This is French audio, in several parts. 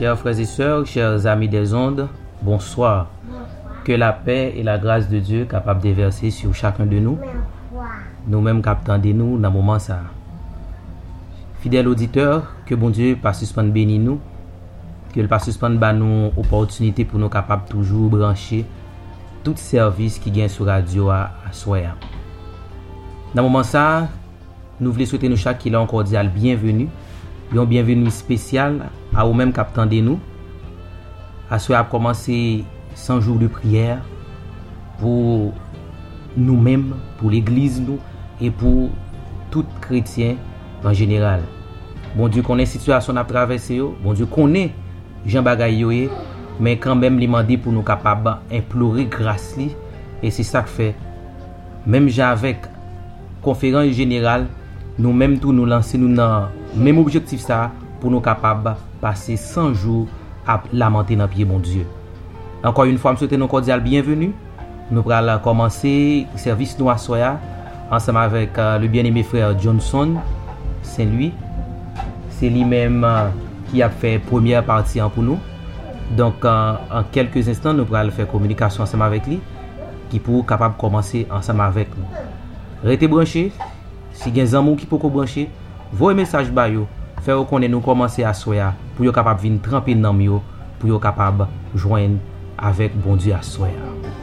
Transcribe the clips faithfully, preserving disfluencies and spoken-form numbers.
Chers frères et sœurs, chers amis des ondes, bonsoir. Que la paix et la grâce de Dieu capable de verser sur chacun de nous, nous-mêmes captants de nous dans le moment ça. Fidèles auditeurs, que bon Dieu pas suspendre béni nous, que le pas suspendre ba nous opportunité pour nous capables toujours brancher tout service qui gagne sur radio à, à soir. Dans le moment ça, nous voulons souhaiter nous chaque qui un cordial bienvenue, un bienvenue spécial à vous même captants de nous. À soir a commencé cent jours de prière pour nous-mêmes, pour l'église nous et pour tout chrétien en général. Bon Dieu connaît la situation à traverser, bon Dieu connaît Jean Bagay, mais quand même il m'a dit pour nous capables implorer grâce li, et c'est ça que fait. Même avec conférence générale, nous même tout nous lancer nous dans même objectif ça pour nous capables passer cent jours à lamenter dans pied bon Dieu. Encore une fois, je souhaite nous cordial bienvenue. Nous allons commencer le service nous à soya ensemble avec euh, le bien-aimé frère Johnson Saint-Louis. C'est lui-même euh, qui a fait première partie pour nous. Donc euh, en quelques instants, nous allons faire communication ensemble avec lui qui pour capable commencer ensemble avec nous. Restez branchés. Si vous avez des amours qui peuvent brancher, vos messages ba yo, faire qu'on nous commencer à soya pour être capable de venir tremper dans yo pour être capable de joindre avec bon Dieu à soya.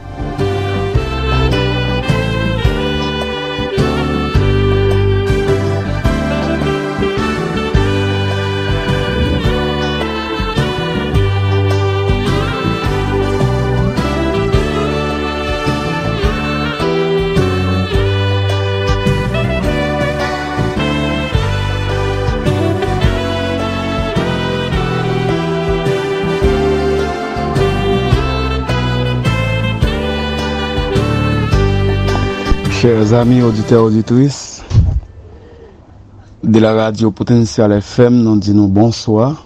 Chers amis auditeurs auditrices de la radio Potentiel F M, nous disons bonsoir.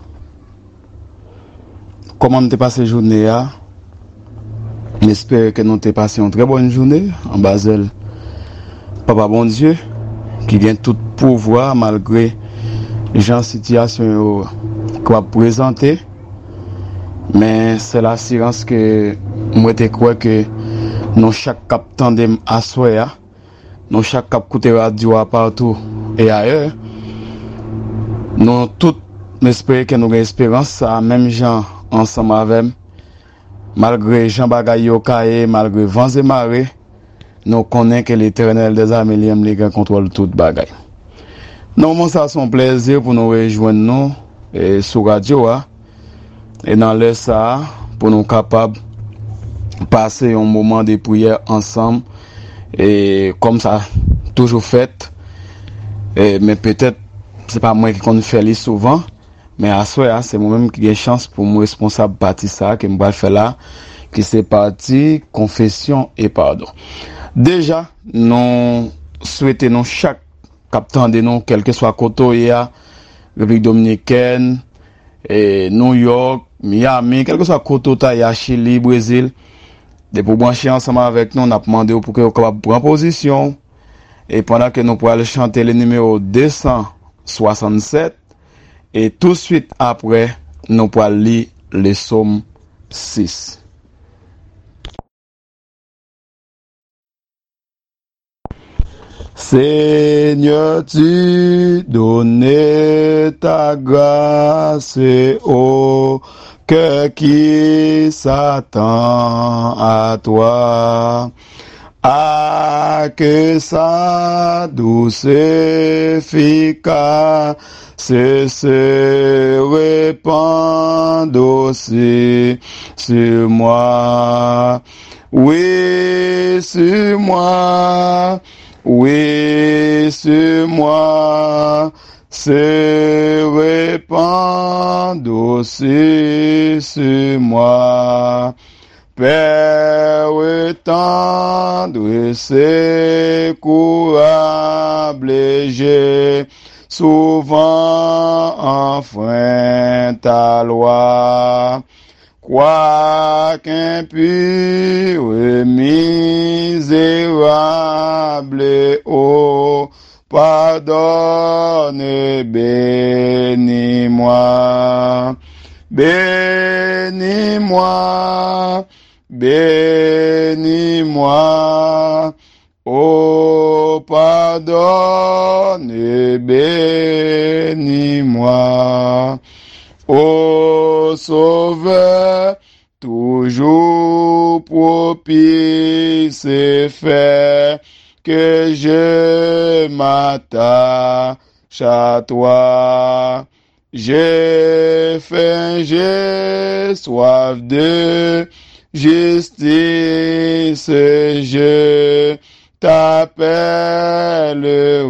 Comment t'es passé journée là? J'espère que nous t'es passé une très bonne journée en Basel. Papa bon Dieu qui vient tout pouvoir malgré les gens situation qu'on va présenter. Mais c'est l'assurance que moi te crois que nous chaque cap tandem à soya. Nous chaque cap côté radio à partout et ailleurs. Nous tous espérons que nous avons espérance ça même gens ensemble avec malgré Jean Bagay Yokaye, malgré vents et marées, nous connaissons que l'Éternel des armées les contrôle toute bagaille. Nous ça son plaisir pour nous rejoindre nous et sur radio et dans le ça pour nous capables passer un moment de prière ensemble. Et comme ça, toujours fait, et, mais peut-être, c'est pas moi qui compte faire les souvent, mais à soi, c'est moi-même qui ai chance pour moi responsable partie ça, que je vais faire là, qui c'est parti, confession et pardon. Déjà, nous souhaitons chaque capitaine de nous, quel que soit Kotoya, République Dominicaine, et New York, Miami, quel que soit Kotota, Chili, Brésil, de pour brancher ensemble avec nous, on a demandé pour que vous capable prendre position. Et pendant que nous pourrons chanter le numéro deux cent soixante-sept, et tout de suite après, nous pourrons lire le psaume six. Seigneur, tu donnes ta grâce au cœur qui s'attend à toi, à que sa douce efficace se répande aussi sur moi. Oui, sur moi. Oui, sur moi. Se répand aussi sur moi. Père tendre, secourable, j'ai souvent enfreint ta loi. Quoiqu'un pur misérable, oh, pardonne, bénis-moi. bénis-moi, bénis-moi. Oh, pardonne et bénis-moi. Ô Sauveur, toujours propice et fait que je m'attache à toi. J'ai faim, j'ai soif de justice, je t'appelle,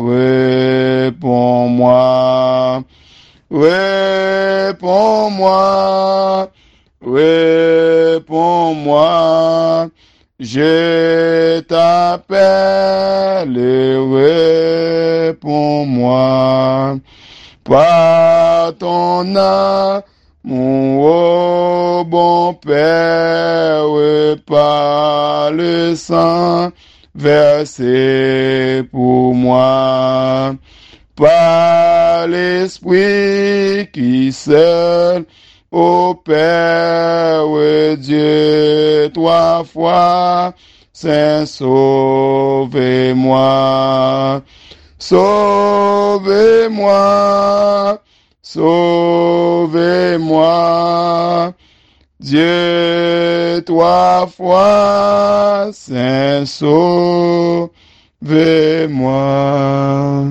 réponds-moi. Réponds-moi, réponds-moi, je t'appelle, réponds-moi. Par ton amour, ô bon Père, par le sang versé pour moi. Par l'Esprit qui seul opère, Dieu, trois fois, Saint, sauvez-moi, sauvez-moi, sauvez-moi, Dieu, trois fois, Saint, sauvez-moi.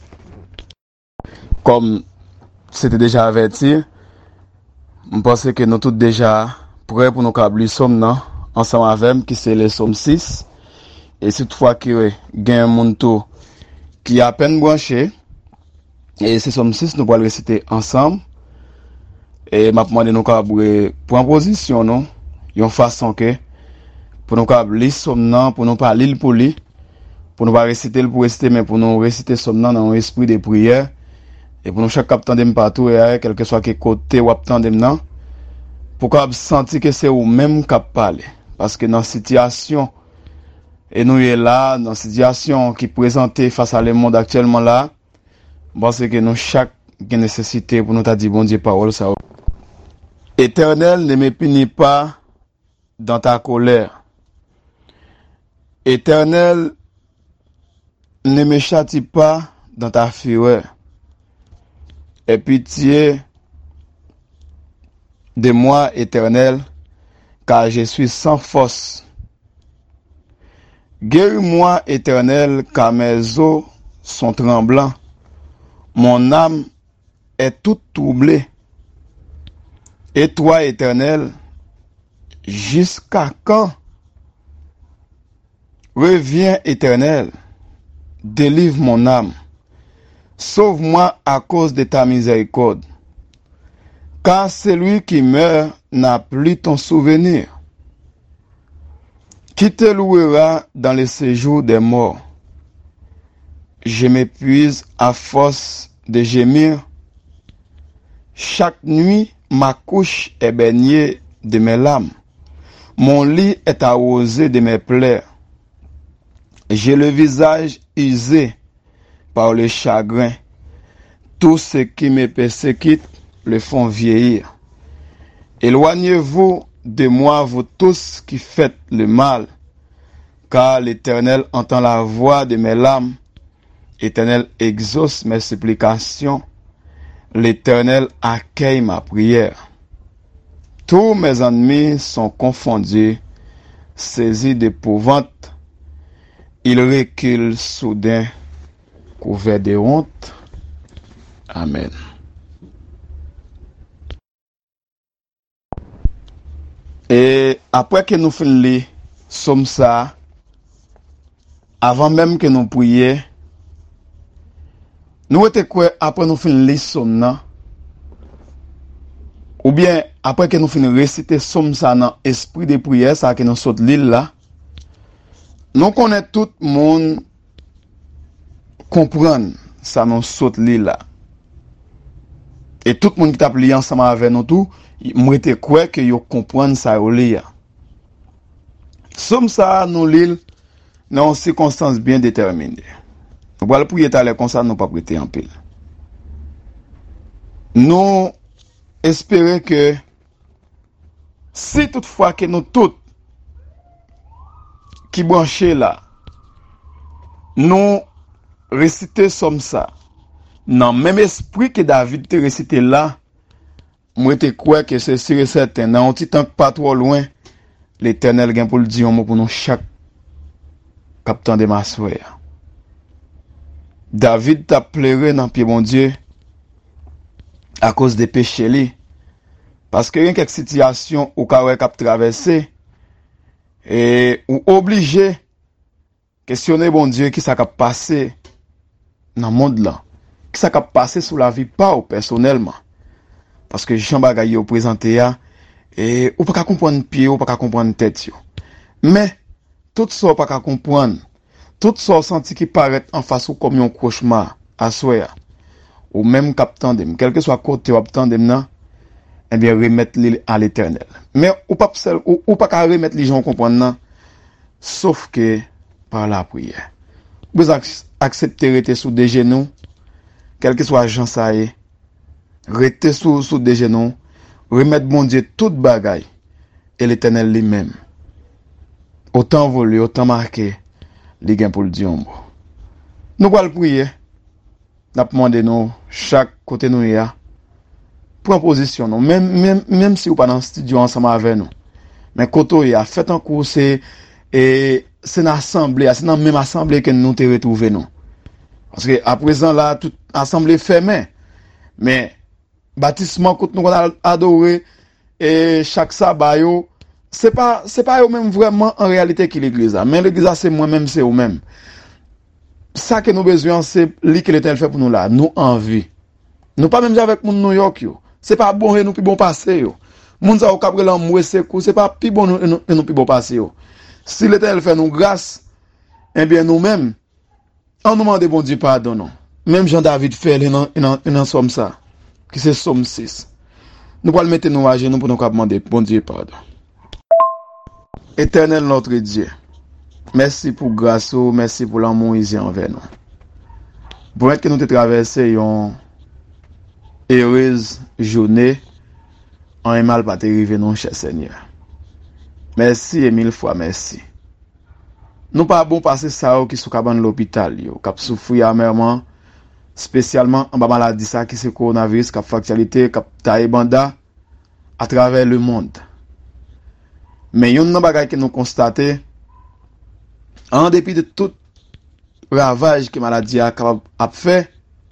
Comme c'était déjà averti, je pense que nous tous déjà prêts pour nous câbler somme non ensemble avec qui c'est le somme six. Et cette fois que il y a un monde qui a à peine branché et c'est somme six nous allons réciter ensemble. Et m'a demandé nous câbler pour en position non, une façon que pour nous câbler somme non pour nous parler pour lui, pour nous pas réciter le pour réciter mais pour nous réciter somme non dans un esprit de prière. Et pour nous chaque captant de partout et quel que soit que côté ou attendre maintenant pour qu'on sentir que c'est au même cap parler parce que dans situation et nous est là dans situation qui présentait face à le monde actuellement là parce que nous chaque une nécessité pour nous t'a dit bon Dieu parole ça. Éternel, ne me punis pas dans ta colère. Éternel, ne me châtie pas dans ta fureur. Aie pitié de moi, Éternel, car je suis sans force. Guéris-moi, Éternel, car mes os sont tremblants. Mon âme est toute troublée. Et toi, Éternel, jusqu'à quand? Reviens, Éternel, délivre mon âme. Sauve-moi à cause de ta miséricorde. Car celui qui meurt n'a plus ton souvenir. Qui te louera dans le séjour des morts? Je m'épuise à force de gémir. Chaque nuit, ma couche est baignée de mes larmes. Mon lit est arrosé de mes plaies. J'ai le visage usé par le chagrin. Tous ceux qui me persécutent le font vieillir. Éloignez-vous de moi, vous tous qui faites le mal, car l'Éternel entend la voix de mes larmes. L'Éternel exauce mes supplications. L'Éternel accueille ma prière. Tous mes ennemis sont confondus, saisis d'épouvante. Ils reculent soudain, couverts de honte. Amen. Et après que nous finissons les sommes ça, avant même que nous prions, nous étions quoi après nous finissons les sommes, ou bien après que nous finissons réciter somme ça dans esprit de prière, ça que nous saute l'île là, nous connaissons tout le monde comprendre ça nous saute l'île là. Et tout le monde qui t'a plié ensemble avec nous tout, moi te crois que yo comprendre ça au lit. Somme ça nous l'île dans une circonstance bien déterminée. Nous allons prier tout à l'heure comme ça nous pas prêter en pile. Nous espérer que si toutefois que nous tous qui branchés là, nous réciter somme ça, dans le même esprit que David te récité là, moi te crois que c'est sûr et certain, dans un petit temps pas trop loin, l'Éternel gagne pour le dire pour nous chaque capitaine de ma soeur. David t'a pleuré dans pied mon Dieu à cause des péchés li. Parce que y a quelques situations où ka wè k'ap traversé et ou obligé questionner bon Dieu qui ça k'ap passé dans le monde là. Qui ça k'ap passé sous la vie pas ou personnellement. Parce que Jean bagay yo présenté ya et ou pas ka comprendre pied ou pas ka comprendre tête yo. Mais tout ça pas ka comprendre. Tout ça senti qui paraît en face ou comme un cauchemar à soi ou même captant dem quel que soit côté ou attendem nan eh bien remettre li à l'Éternel. Mais ou pas seul ou, ou pas ka remettre les gens comprendre nan sauf que par la prière. Vous accepter rester sous des genoux quel que soit gens ça est rester sous sous des genoux remettre bon Dieu toute bagaille et l'Éternel lui-même autant volé autant marqué li gen pour le dire. Nous allons prier. Nous demander nous chaque côté nous ya prend position nous même même même si ou pas dans studio ensemble avec nous. Mais côté ya fait en cours c'est et c'est une assemblée, c'est dans même assemblée que nous te retrouver nous. Parce que à présent là toute assemblée fermée. Mais baptisement que nous allons adorer et chaque sabbat yo c'est pas c'est pas eux même vraiment en réalité qui l'église a mais l'église c'est moi même c'est eux même ça que nous besoin c'est li que l'Éternel fait pour nous là nous envie nous pas même avec moun New York yo c'est pas bon et nous plus bon passer yo moun ça au Cabrela moué c'est c'est pas plus bon nous nous, nous plus bon passer yo si l'Éternel fait nous grâce eh bien nous mêmes on nous demande bon Dieu pardon non même Jean David fait dans dans somme ça qui c'est somme six nous pas le mettre nous à genoux pour nous demander bon Dieu pardon. Éternel notre Dieu, merci pour grâce, merci pour l'amour ici envers nous. Pour être que nous te traversé une heureuse journée, en un mal pas t'arriver non, cher Seigneur. Merci et mille fois merci. Nous pas bon passer ça qui sont dans l'hôpital, yo, qui souffrir amèrement, spécialement en bas maladie ça qui c'est coronavirus, qui factualité, qui taille banda à travers le monde. Mais yon nan bagay que nous constater en dépit de tout ravage que maladie a a fait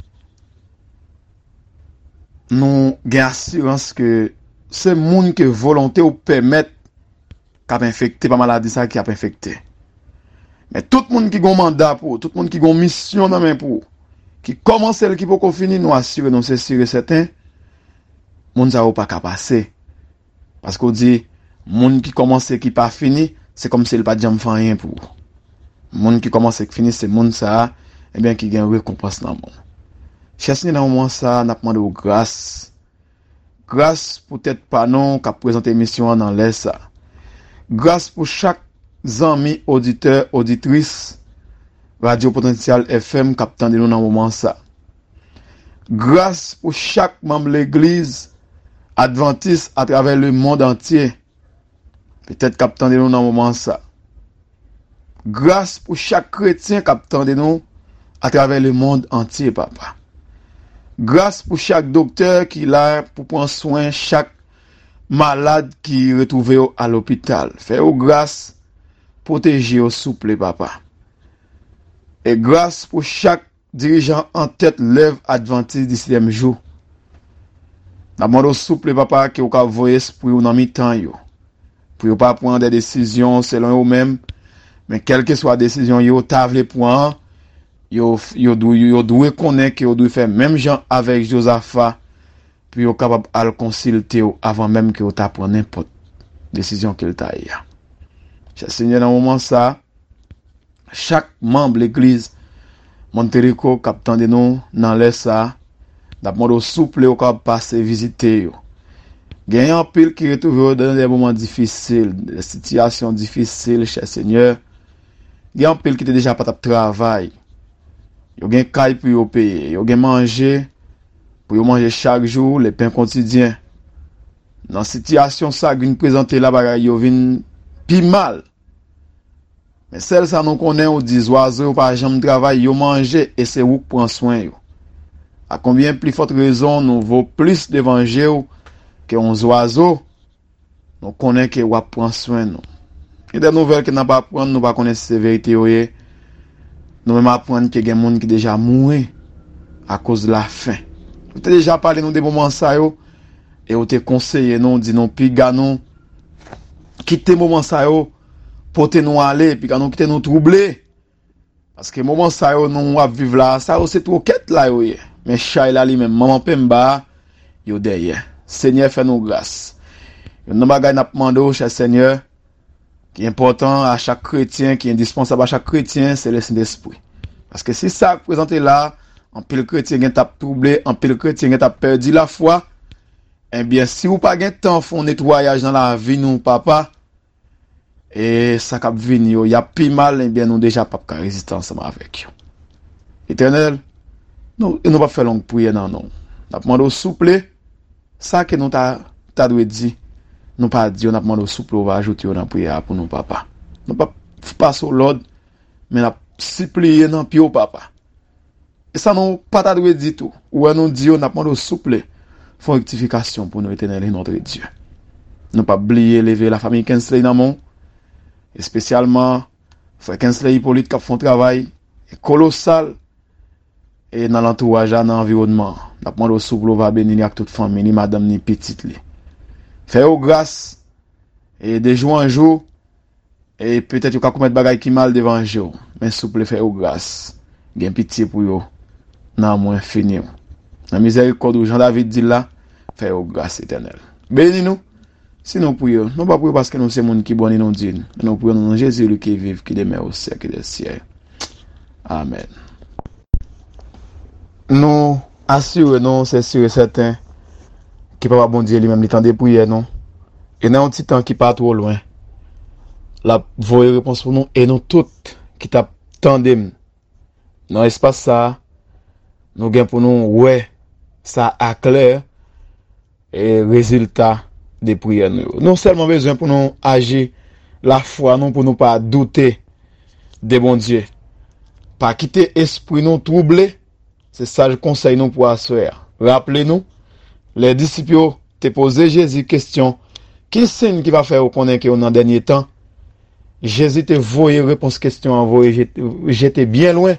nous gain assurance que c'est monde que volonté ou permettre qu'a infecté par maladie ça qui a infecté. Mais tout monde qui gon mandat pour, tout monde qui gon mission dans main pour, qui commence celle qui peut finir nous assurer nous c'est sûr et certain monde ça ou pas capable passer. Parce qu'on dit moun qui commence qui pas fini, c'est comme si il pas jamais fait rien pour. Moun qui commence qui fini c'est moun ça et bien qui gagne récompense dans monde. Cher Seigneur dans moment ça n'a demandé grâce. Grâce peut-être pas non qu'a présenter émission dans l'air ça. Grâce pour chaque ami auditeur auditrice Radio Potentiel F M captant de nous dans moment ça. Grâce pour chaque membre de l'église adventiste à travers le monde entier. Peut-être captant de nous dans le moment ça. Grâce pour chaque chrétien captant de nous à travers le monde entier, papa. Grâce pour chaque docteur qui est là pour prendre soin chaque malade qui est retrouvé à l'hôpital. Fais-vous grâce, protéger au souple, papa. Et grâce pour chaque dirigeant en tête l'œuvre adventiste du sixième jour. D'abord au souple, papa, qui vous voyez esprit ou dans mi-temps, yo. Pour ne pas prendre des décisions selon eux-mêmes, mais quelle que soit la décision, yo tavle prendre, yo yo yo doit connaître que yo doit faire même gens avec Josaphat, puis yo capable à le consulter avant même que yo t'a prendre n'importe décision qu'il t'a eu. Cher Seigneur dans moment ça, chaque membre de l'église Monterico captant de nous dans l'air ça, d'abord souple au capable passer visiter yo. Il y a un pile qui retrouve dans des moments difficiles, des situations difficiles, cher Seigneur. Il y a un pile qui est déjà pas de travail. Il y a un caille pour payer. Il y a manger, pour manger chaque jour, les pains quotidiens. Dans situation ça qui nous présente là bagay yo vinn pi mal. Mais celle ça nous connaît ou dit oiseaux pas jamais travail yo manger et c'est ou prend soin yo. À combien plus forte raison nous vaut plus d'évangile que on oiseaux. Nous connaît que ou prend soin nous. Et des nouvelles que n'a pas prendre nous pas connaître ces vérités yo. Nous même apprendre que gen monde qui déjà mouru à cause de la faim. Vous avez déjà parlé nous des moments ça yo et vous te conseillé nous dit non puis gars nous quitter moment ça yo pour te nous aller puis quand nous quitter nous troubler parce que moment ça yo nous va vivre là ça c'est trop quête là yo mais chay là lui même maman Pemba yo derrière Seigneur fait nous grâce nous bagay n'a demandé cher Seigneur qui est important à chaque chrétien qui est indispensable à chaque chrétien c'est le Saint-Esprit parce que si ça présenté là en pile chrétien qui t'a troublé en pile chrétien qui t'a perdu la foi eh bien si vous pas gain temps font nettoyage dans la vie nous papa et ça cap venir y a pi mal eh bien nous déjà pas de résistance ensemble avec vous. Éternel nous nous pas faire longue prière non non n'a demandé souple ça que nous t'a t'a doit dire nous pas dire on a demandé souple on va ajouter dans prière pour nous papa nous pas passer l'ordre mais n'a supplier dans pied papa et ça nous pas t'a doit dire tout ou nous dit on a demandé souple font rectification pour nous éternel et notre Dieu. Ne pas oublier lever la famille Kensley dans mon et spécialement frère Kensley Hippolyte qui font travail colossal et dans l'entourage dans l'environnement. N'a demandé souple va bénir avec toute famille ni madame ni petite li. Faire grâce et de jour en jour et peut-être vous commettre bagaille qui mal devant Dieu mais souple faire grâce. Gain pitié pour yo dans moins fini. La miséricorde où Jean-David dit là, fait au grâce éternelle. Bénis-nous. Si nous prions, nous pas prions parce que nous sommes monde qui bon et nous dit. Nous prions dans Jésus lui qui vive, qui demeure au siècle des siècles. Amen. Nous assurons, c'est sûr et certain, que Papa bon Dieu lui-même, il temps de prière, non? Et dans un petit temps qui pas trop loin, la voie réponse pour nous et nous toutes qui t'attendons dans l'espace ça, nous gain pour nous, ouais, ça a clair et résultat des prières nous. Non seulement besoin pour nous agir la foi, non pour nous pas douter de bon Dieu. Pas quitter esprit nous troublé. C'est ça le conseil nous pour asseoir. Rappelez-nous, les disciples te posé Jésus question, qui signe qui va faire reconnaître que dans dernier temps Jésus te voyait réponse question envoyé j'étais bien loin.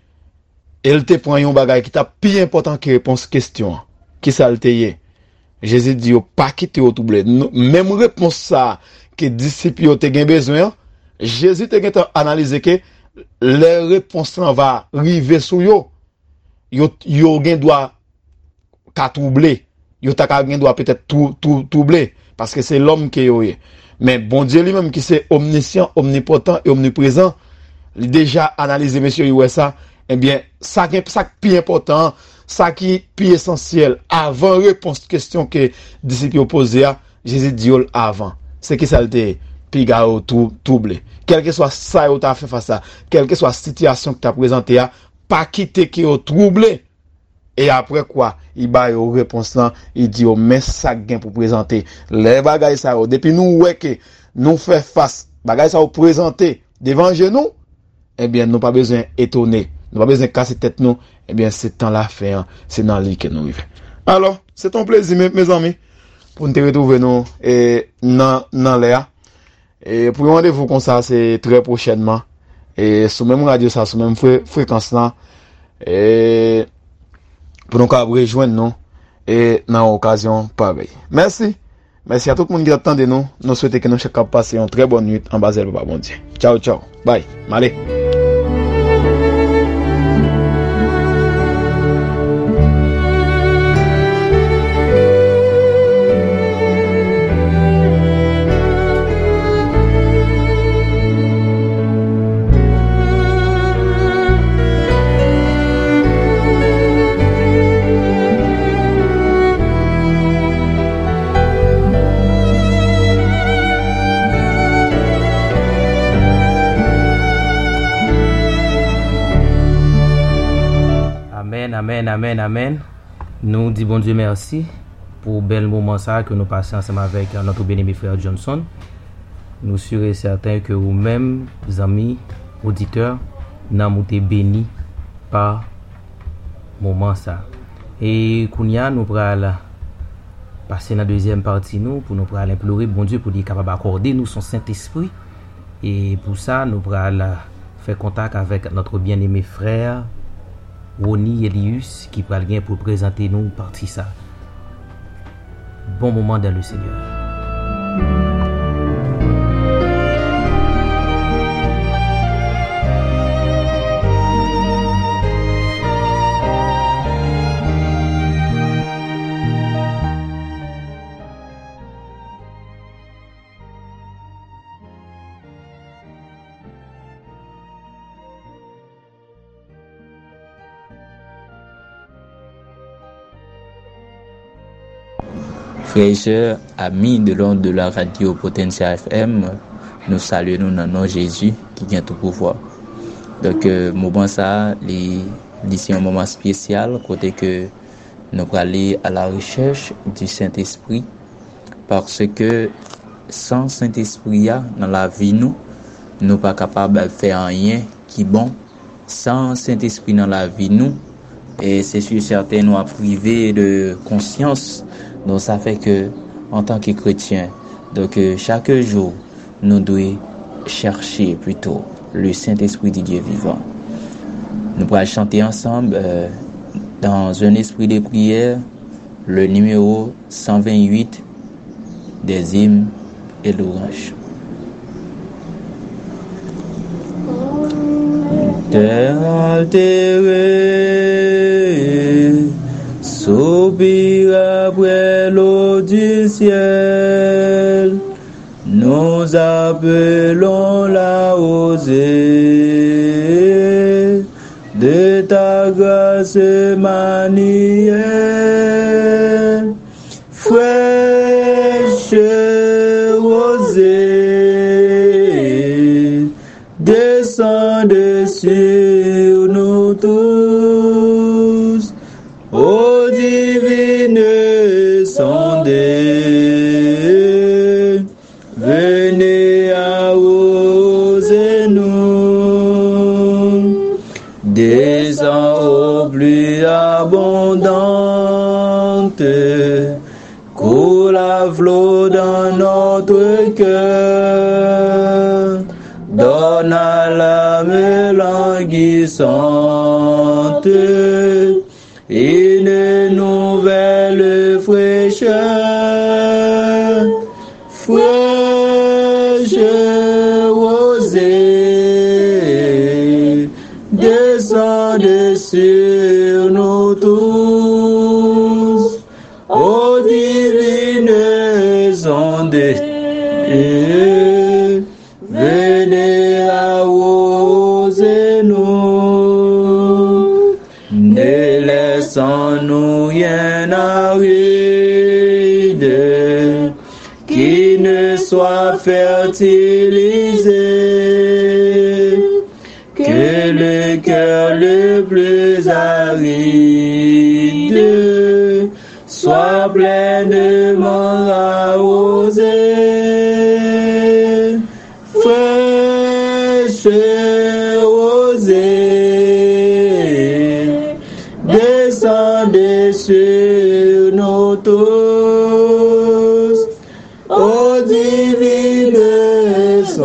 Elle te prend un bagage qui t'a plus important que réponse question. Qui ça le te Jésus dit pas quitter au troublé. Même réponse ça que disciples te gen besoin, Jésus te gen analyser que les réponses va arriver sur yo. Yo yo gen doit ka troubler. Yo ta ka gen doit peut-être tout tout troubler parce que c'est l'homme qui yo. Mais bon Dieu lui-même qui c'est omniscient, omnipotent et omniprésent, il déjà analysé monsieur yo ça. Eh bien, ça qui ça plus important, ça qui plus essentiel avant réponse question que disciples posé à Jésus dit avant. C'est qui ça le puis gars tout troublé. Quel que soit ça ou t'a fait face à, quelle que soit la situation que t'a présenté à, pas quitter qui au troublé. Et après quoi, il ba yo réponse là, il dit oh mais ça gain pour présenter les bagages ça depuis nous ouais que nous fait face bagages ça présenter devant nous, eh bien nous pas besoin étonner. Nous pas besoin de casser tête nous, eh bien c'est temps la faire, c'est dans lui que nous vivons. Alors, c'est un plaisir mes, mes amis pour nous retrouver nous et dans dans l'air. Et pour rendez-vous comme ça, c'est très prochainement et sur même radio ça, sur même fré, fréquence là et pour nous rejoindre nous et dans occasion pareil. Merci. Merci à tout le monde qui attend de nous. Nous souhaitons que nous chacun passer une très bonne nuit en bas de Papa bon Dieu. Ciao ciao. Bye. Allez. Amen, amen, amen. Nous disons bon Dieu merci pour bel moment ça que nous passons ensemble avec notre bien-aimé frère Johnson. Nous sommes certains que vous-même, amis, auditeurs, nous avons été bénis par moment ça. Et Kounia, nous allons passer dans la deuxième partie nous pour nous aller implorer bon Dieu pour qu'il capable d'accorder nous son Saint-Esprit. Et pour ça, nous allons faire contact avec notre bien-aimé frère Roni Elius qui va bien pour présenter nous partie ça. Bon moment dans le Seigneur. Frères et sœurs, amis de l'onde de la radio Potentia F M, nous saluons dans le nom de Jésus qui vient tout pouvoir. Donc, euh, moment ça, c'est un moment spécial, côté que nous allons aller à la recherche du Saint-Esprit, parce que sans Saint-Esprit dans la vie, nous ne sommes pas capables de faire rien qui est bon. Sans Saint-Esprit dans la vie, nous, et c'est sûr certain, nous sommes privés de conscience. Donc ça fait que en tant que chrétien, donc euh, chaque jour nous devons chercher plutôt le Saint-Esprit de Dieu vivant. Nous pourrons chanter ensemble euh, dans un esprit de prière le numéro cent vingt-huit des hymnes et louanges. Terre altérée, soupir après l'eau du ciel, nous appelons la rosée de ta grâce manuelle, fraîche rosée, descende sur nous tous, ô divine sondée, venez arroser nous, descends au plus abondante, coule la flot dans notre cœur, donne à l'âme languissante une nouvelle fraîcheur, fraîche rosée, descende sur nous tous, ô divine sondée, venez arroser nous, ne laissons-nous rien aride qui ne soit fertilisé, que le cœur le plus aride soit pleinement arrosé, fraîche rosée, descendez sur nous tous, ô divine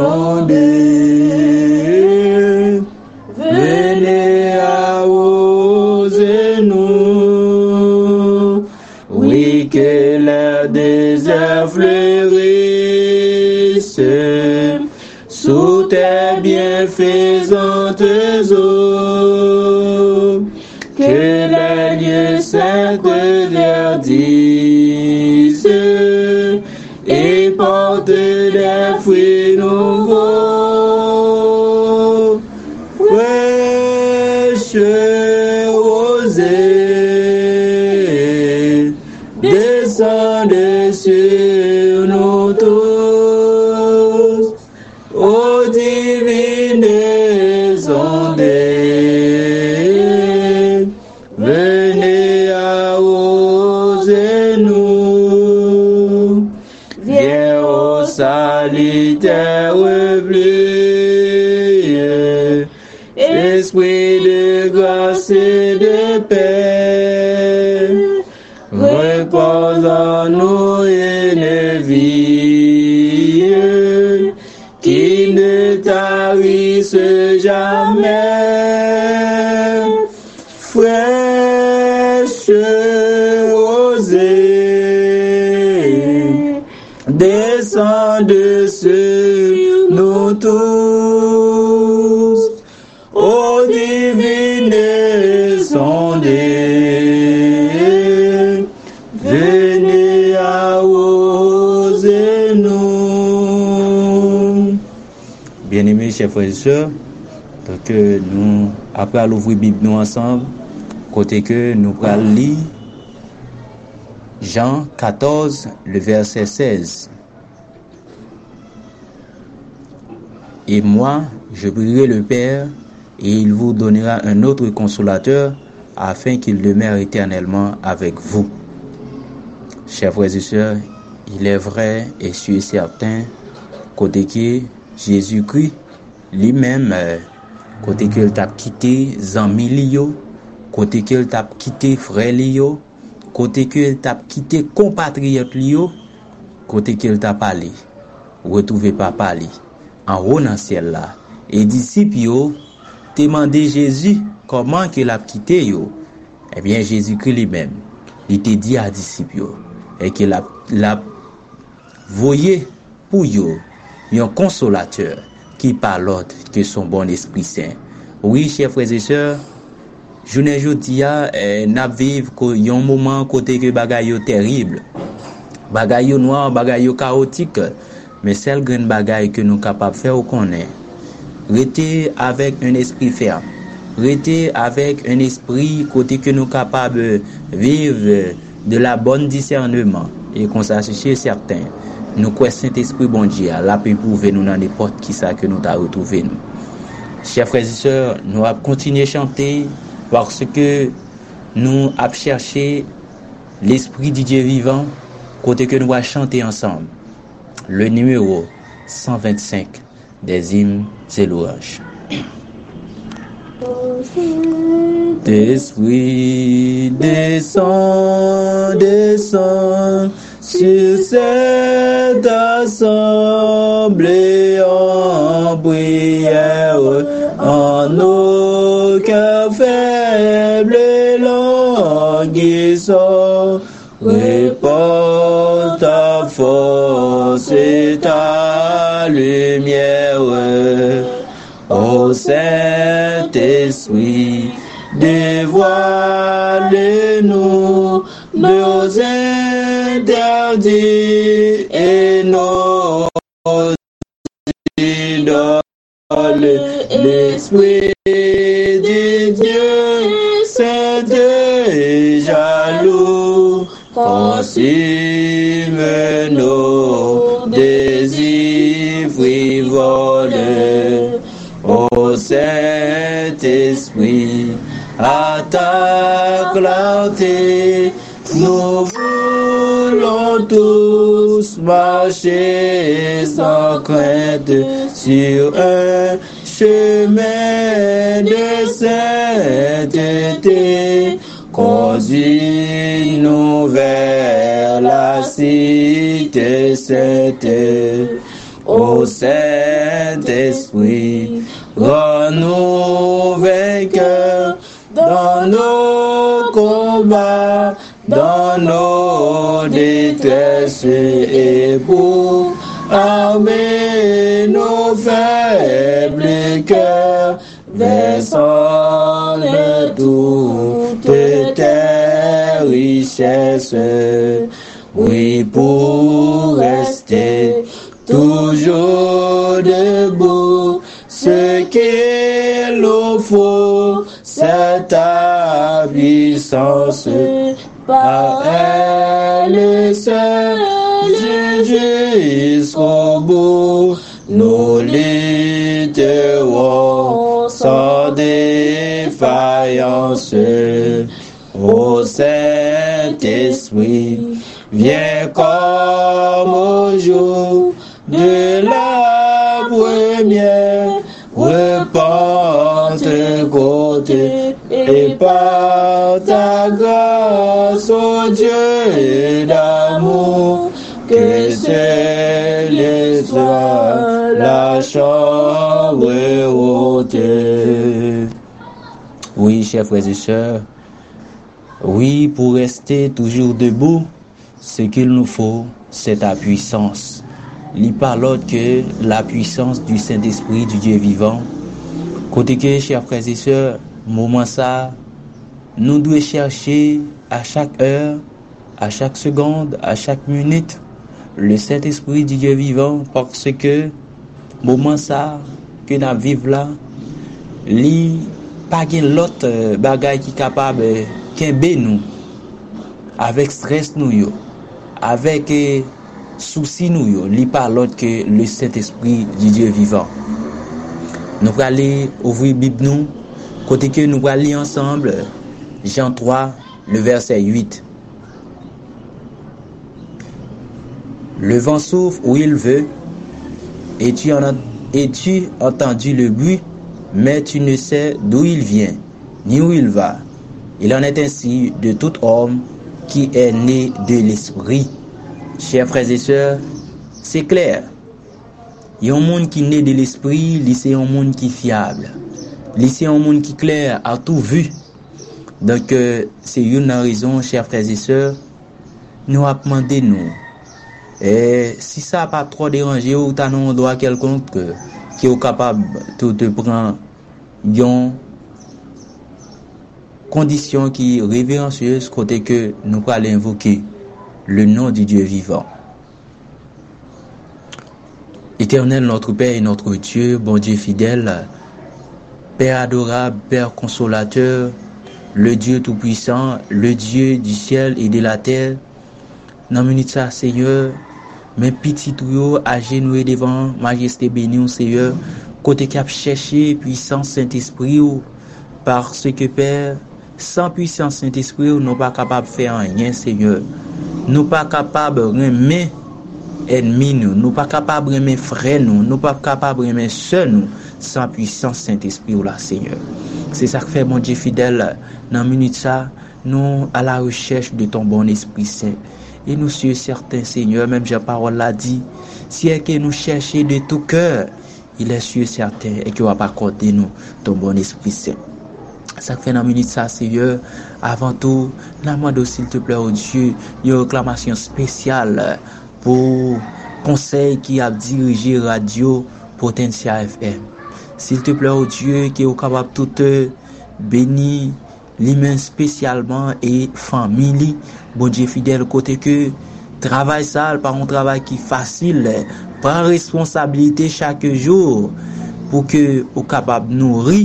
sondée, venez arroser nous, oui que l'air désert fleurisse sous tes bienfaisantes eaux, que les lieux saints verdissent et portent des fruits nouveaux, fraîche rosée, descendez sur nous tous, ô divine sondée, venez arroser nous. salutaire replie. Esprit de grâce et de paix, repose en nous une vie qui ne tarisse jamais, fraîche rosée, descende sur nous tous, ô divine sondée, venez arroser nous. Bien-aimés, chers frères et sœurs, donc nous, après l'ouvrir Bible nous ensemble, côté que nous allons lire Jean quatorze, le verset seize. Et moi, je prierai le Père, et il vous donnera un autre consolateur, afin qu'il demeure éternellement avec vous. Chers frères et sœurs, il est vrai et sûr et certain, côté que Jésus-Christ lui-même, côté qu'il t'a quitté Zamilio, côté qu'il t'a quitté frère Lio, côté qu'il t'a quitté compatriote Lio, côté qu'il t'a parlé, retrouvez pas parlé, en haut dans le ciel là, et disciples yo, demandé Jésus comment qu'il a quitté yo. Eh bien Jésus-Christ lui-même, il t'a dit à disciples yo, et qu'il a, l'a voyé pour yo, un consolateur qui parle l'autre que son bon Esprit Saint. Oui, chers frères et sœurs, journée aujourd'hui, eh, n'a vivre un moment côté que bagay yo terrible, bagay yo noir, bagay yo chaotique, mais celle grande bagay que nous capable faire ou connaît. Rester avec un esprit ferme, rester avec un esprit côté que nous capable vivre de la bonne discernement et qu'on s'assure certain. Nous croyons Saint-Esprit bon Dieu, là peut prouver nous dans n'importe qui ça que nous t'a retrouvé nous. Chers frères et sœurs, nous allons continuer à chanter parce que nous avons cherché l'Esprit du Dieu vivant, côté que nous allons chanter ensemble. Le numéro cent vingt-cinq des hymnes et louanges. D'esprit descend, descend sur cette assemblée en prière, en nos cœurs faibles et languissants, répand ta force et ta lumière. Ô Saint-Esprit, dévoile-nous nos interdits et nos idoles. L'Esprit de Dieu, saint et jaloux, consume nos désirs frivoles. Ô Saint-Esprit, à ta clarté, nous voulons tous marcher sans crainte sur un chemin de sainteté. Conduis-nous vers la cité sainte. Ô Saint-Esprit, rends-nous vainqueurs dans nos combats, dans nos détresses, et pour armer nos faibles cœurs, versant de toutes tes richesses. Oui, pour rester toujours debout, ce qu'il nous faut, c'est ta puissance. Par elle seule, jusqu'au bout, nous lutterons sans défaillance. Ô Saint-Esprit, viens comme au jour de la première, repente côté, et par ta grâce, ô Dieu d'amour, que c'est l'histoire, la chambre haute. Oui, chers frères et sœurs, oui, pour rester toujours debout, ce qu'il nous faut, c'est ta puissance. Il n'y a pas l'autre que la puissance du Saint-Esprit, du Dieu vivant. Côté que, chers frères et sœurs, moment ça, nous devons chercher à chaque heure, à chaque seconde, à chaque minute, le Saint-Esprit du Dieu vivant, parce que, moment ça, que nous vivons là, il n'y a pas l'autre bagaille qui est capable de nous, avec stress nous, avec eh, souci nous, il n'y a pas l'autre que le Saint-Esprit du Dieu vivant. Nous allons aller ouvrir la Bible nous, côté que nous allons lire ensemble, Jean trois, le verset huit. Le vent souffle où il veut, et tu en as, et tu entendu le bruit, mais tu ne sais d'où il vient, ni où il va. Il en est ainsi de tout homme qui est né de l'esprit. Chers frères et sœurs, c'est clair. Il y a un monde qui est né de l'esprit, c'est un monde qui est fiable. C'est un monde qui est clair, à tout vu. Donc, euh, c'est une raison, chers frères et sœurs, nous avons demandé nous. Et si ça n'a pas trop dérangé, ou tu as un droit quelconque qui est capable de te prendre une condition qui est révérencieuse, côté que nous allons invoquer le nom du Dieu vivant. Éternel, notre Père et notre Dieu, bon Dieu fidèle, Père adorable, Père consolateur, le Dieu tout-puissant, le Dieu du ciel et de la terre, dans minute ça, Seigneur, mes petits tuyaux à genoux devant majesté bénie, Seigneur, côté qui a cherché puissance Saint-Esprit, parce que Père, sans puissance Saint-Esprit, nous ne sommes pas capables de faire rien, Seigneur. Nous ne sommes pas capables de remettre ennemis, nous ne sommes pas capables de remettre frères, nous ne sommes pas capables de remettre sœurs, nous, sans puissance Saint-Esprit, là, Seigneur. C'est ça que fait, mon Dieu fidèle, dans une minute ça, nous à la recherche de ton bon Esprit Saint. Et nous sommes certains, Seigneur, même Jean Parole l'a dit, si est que nous cherchons de tout cœur, il est sûr certain et qu'il va pas accorder nous ton bon Esprit Saint. Ça fait dans minute ça, Seigneur, avant tout, nous demandons s'il te plaît, oh Dieu, une réclamation spéciale pour conseil qui a dirigé Radio Potentia F M. S'il te plaît, oh Dieu, qui est capable de tout bénir, lui-même spécialement et famille, bon Dieu fidèle, côté que travail ça, pas un travail qui est facile, prend responsabilité chaque jour pour que vous capable de nourrir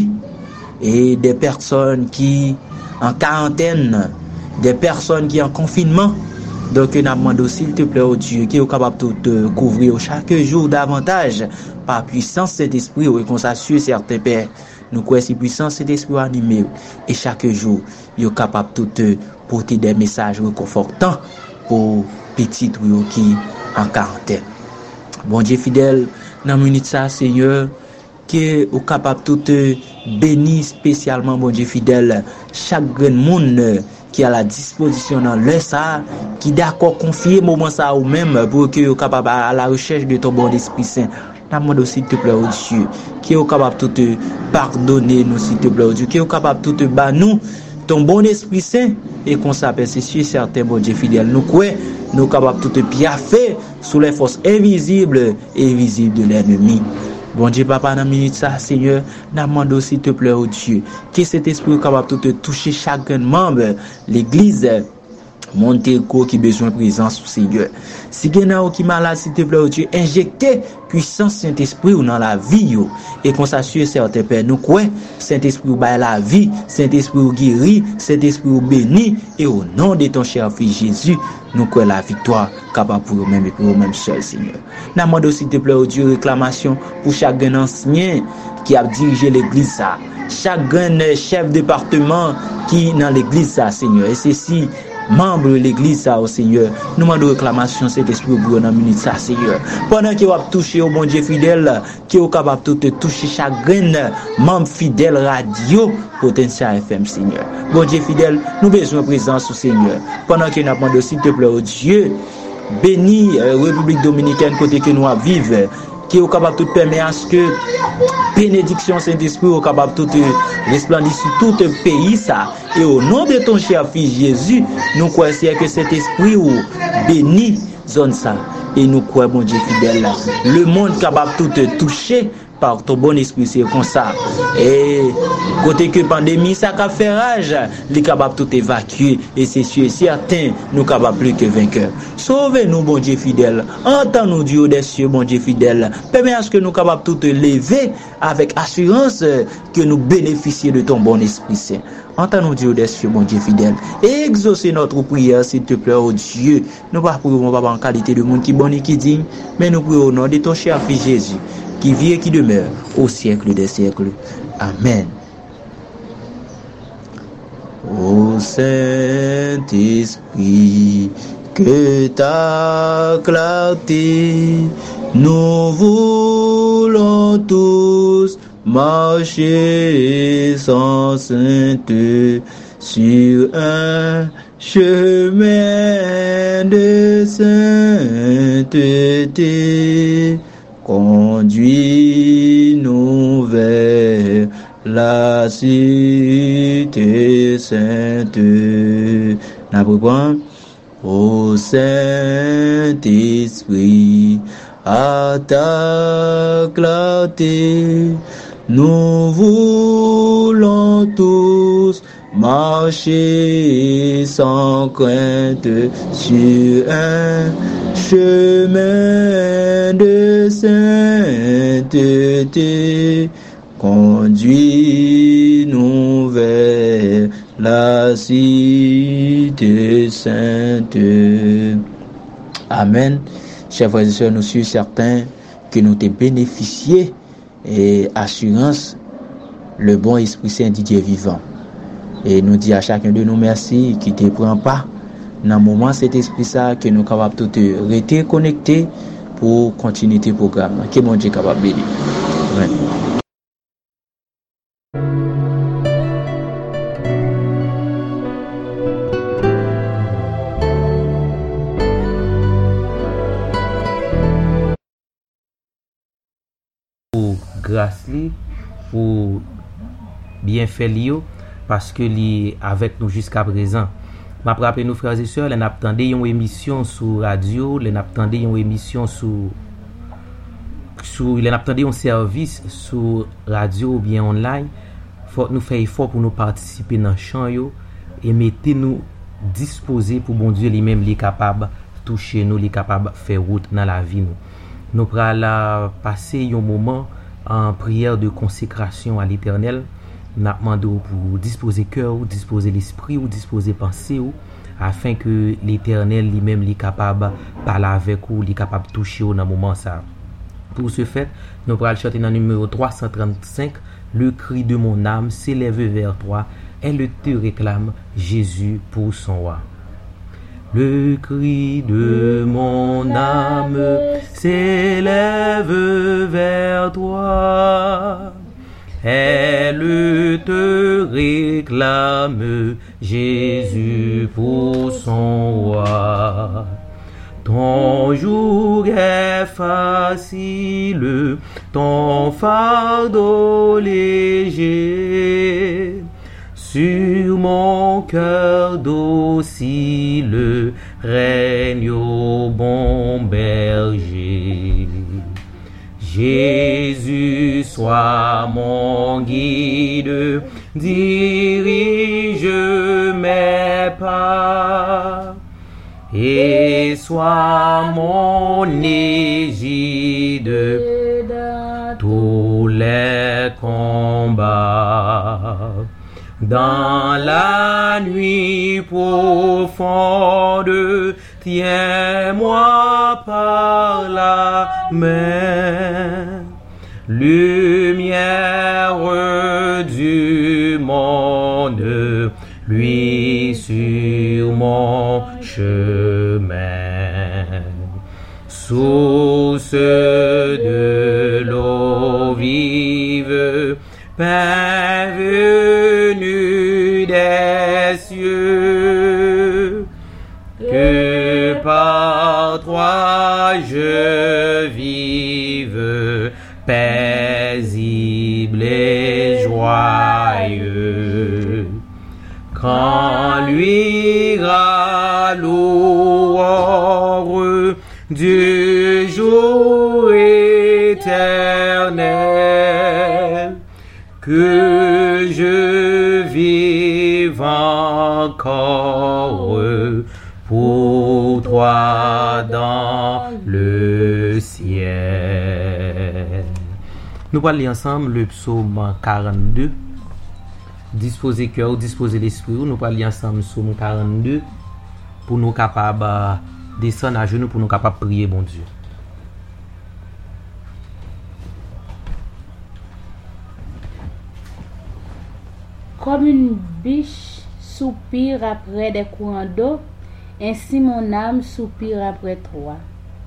et des personnes qui en quarantaine, des personnes qui en confinement. Donc, nous demandons s'il te plaît, oh Dieu, qui est capable de te couvrir chaque jour davantage par puissance cet esprit, et qu'on s'assure certains pères. Nous croyons si puissance cet esprit animé, et chaque jour, il est capable de te porter des messages réconfortants pour petits qui en quarantaine. Bon Dieu fidèle, dans la minute ça, Seigneur, qui est capable de te bénir spécialement, bon Dieu fidèle, chaque grand monde qui a la disposition dans le ça, qui d'accord confier moment ça ou même pour que vous capable à la recherche de ton bon Esprit Saint. Demande s'il te plaît, oh Dieu, qui est capable de te pardonner, nous s'il te plaît, oh Dieu, qui est capable de te battre nous ton bon Esprit Saint et qu'on s'appelle c'est sûr certain, bon Dieu fidèle, nous croyons, nous capables de te piaffer sous les forces invisibles et visibles de l'ennemi. Bon Dieu, papa, dans minute ça, Seigneur, demande s'il te plaît, oh Dieu, que cet esprit est capable de te toucher chaque membre, l'église, Montéco qui besoin de présence, Seigneur. Si il y a qui malade, s'il te plaît, oh Dieu, injecter puissance Saint-Esprit dans la vie, et qu'on s'assure, certains pères, nous quoi, Saint-Esprit ou bail la vie, Saint-Esprit ou guéri, Saint-Esprit ou béni, et au nom de ton cher fils Jésus, nous croyons la victoire capable pour nous-mêmes et pour nous-mêmes seuls, Seigneur. Nous demandons, s'il te plaît, oh Dieu, réclamation pour chaque ancien qui a dirigé l'église, ça. Chaque chef de département qui est dans l'église, ça, Seigneur. Et ceci, membres de l'église ça au Seigneur. Nous demandons réclamation cet esprit pour dans minute ça Seigneur. Pendant que vous toucher au bon Dieu fidèle, qui est capable de te toucher chaque graine membre fidèle radio Potentiel F M Seigneur. Bon Dieu fidèle, nous besoin de présence au Seigneur. Pendant que nous demandons s'il te plaît au Dieu, bénis euh, République dominicaine côté que nous vivons, qui est capable de permettre à ce que bénédiction Saint-Esprit est capable de resplendir sur tout le pays ça. Et au nom de ton cher fils Jésus, nous croyons que cet esprit bénit zone ça. Et nous croyons, mon Dieu fidèle là, le monde capable de te toucher par ton bon esprit, c'est comme ça. Et côté que pandémie, ça a fait rage, les capable tout évacuer. Et c'est sûr et certain, nous capables plus que vainqueurs. Sauvez-nous, bon Dieu fidèle. Entends-nous, Dieu des cieux, bon Dieu fidèle. Permets à ce que nous capables tout lever avec assurance que nous bénéficions de ton bon esprit saint. Entends-nous, Dieu des cieux, bon Dieu fidèle. Et exaucez notre prière, s'il te plaît, oh Dieu. Nous ne prions pas en qualité de monde qui bon et qui digne, mais nous prions au nom de ton cher fils Jésus, qui vit et qui demeure au siècle des siècles. Amen. Ô Saint-Esprit, que ta clarté, nous voulons tous marcher sans sainteté sur un chemin de sainteté. Conduis-nous vers la cité sainte. N'apprends, ô Saint-Esprit, à ta clarté, nous voulons tous marcher sans crainte sur un chemin de sainteté. Conduis-nous vers la cité sainte. Amen. Chers frères et sœurs, nous sommes certains que nous t'ai bénéficié et assurance le bon Esprit Saint de Dieu vivant. Et nous dit à chacun de nous merci qui te prend pas dans le moment cet esprit ça que nous sommes capables de te rester connectés pour continuer tes programmes. Que mon Dieu est capable de bénir. Amen. Pour grâce li, pour bien faire lio parce que li avec nous jusqu'à présent. M'a rappelé nos frères et sœurs, les n'attendait une émission sur radio, les n'attendait une émission sur sur les n'attendait un service sur radio ou bien online. Faut nous faire effort pour nous participer dans champ yo et mettez nous disposer pour bon Dieu lui-même li capable toucher nous, li capable faire route dans la vie nous. Nous pral passer un moment en prière de consécration à l'Éternel. Nous demandons pour disposer cœur, disposer l'esprit ou disposer pensée ou afin que l'Éternel lui-même est capable de parler avec vous, est capable de toucher au dans moment ça. Pour ce fait, nous allons chanter dans le numéro trois cent trente-cinq, le cri de mon âme s'élève vers toi, elle te réclame, Jésus pour son roi. Le cri de mon âme s'élève vers toi. Elle te réclame, Jésus pour son roi. Ton joug est facile, ton fardeau léger. Sur mon cœur docile, règne au bon berger. Jésus soit mon guide, dirige mes pas, et sois mon égide tous les combats. Dans la nuit profonde, tiens-moi par la main, lumière du monde, lui sur sur mon chemin. Source de l'eau vive, pain venu des cieux, que par toi je vive, paisible et joyeux. Quand luira l'aurore du jour éternel, que je vive encore pour toi dans le ciel. Nous allons lire ensemble le psaume quarante-deux. Disposer cœur, disposer l'esprit. Nous allons lire ensemble le psaume quarante-deux pour nous capables de descendre à genoux, pour nous capables de prier, bon Dieu. Comme une biche soupire après des courants d'eau, ainsi mon âme soupire après toi.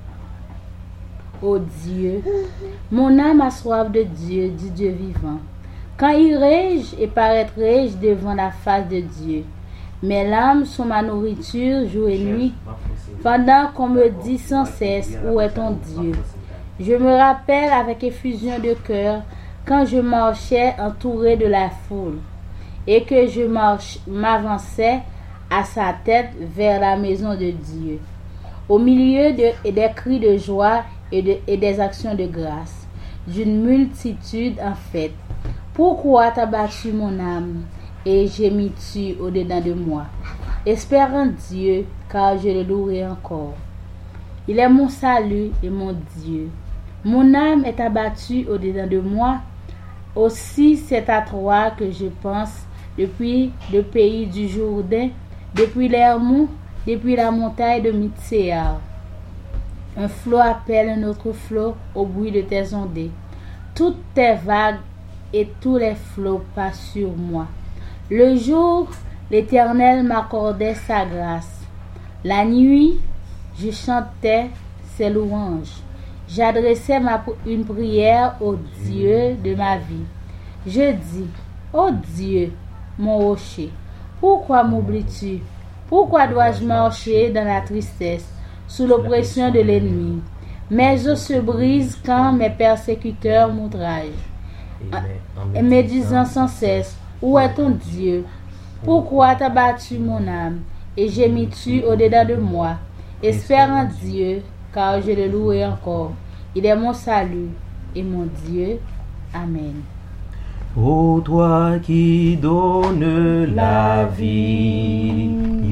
Ô Dieu, mon âme a soif de Dieu, du Dieu vivant. Quand irai-je et paraîtrai-je devant la face de Dieu? Mes larmes sont ma nourriture jour et nuit, pendant qu'on me dit sans cesse, où est ton Dieu? Je me rappelle avec effusion de cœur quand je marchais entouré de la foule, et que je marche, m'avançais à sa tête vers la maison de Dieu, au milieu de, des cris de joie et, de, et des actions de grâce, d'une multitude en fête. Pourquoi t'as battu mon âme et gémis-tu au-dedans de moi? Espère en Dieu, car je le louerai encore. Il est mon salut et mon Dieu. Mon âme est abattue au-dedans de moi. Aussi c'est à toi que je pense depuis le pays du Jourdain, depuis l'Hermon, depuis la montagne de Mitséar. Un flot appelle un autre flot au bruit de tes ondées. Toutes tes vagues et tous les flots passent sur moi. Le jour, l'Éternel m'accordait sa grâce. La nuit, je chantais ses louanges. J'adressais ma, une prière au Dieu de ma vie. Je dis, ô Dieu, mon rocher, pourquoi m'oublies-tu? Pourquoi dois-je marcher dans la tristesse, sous l'oppression de l'ennemi? Mes os se brisent quand mes persécuteurs m'outragent, et me disant sans cesse, où est ton Dieu? Pourquoi t'as battu mon âme et gémis-tu au-dedans de moi? Espère en Dieu, car je le louerai encore. Il est mon salut et mon Dieu. Amen. Ô toi qui donnes la vie,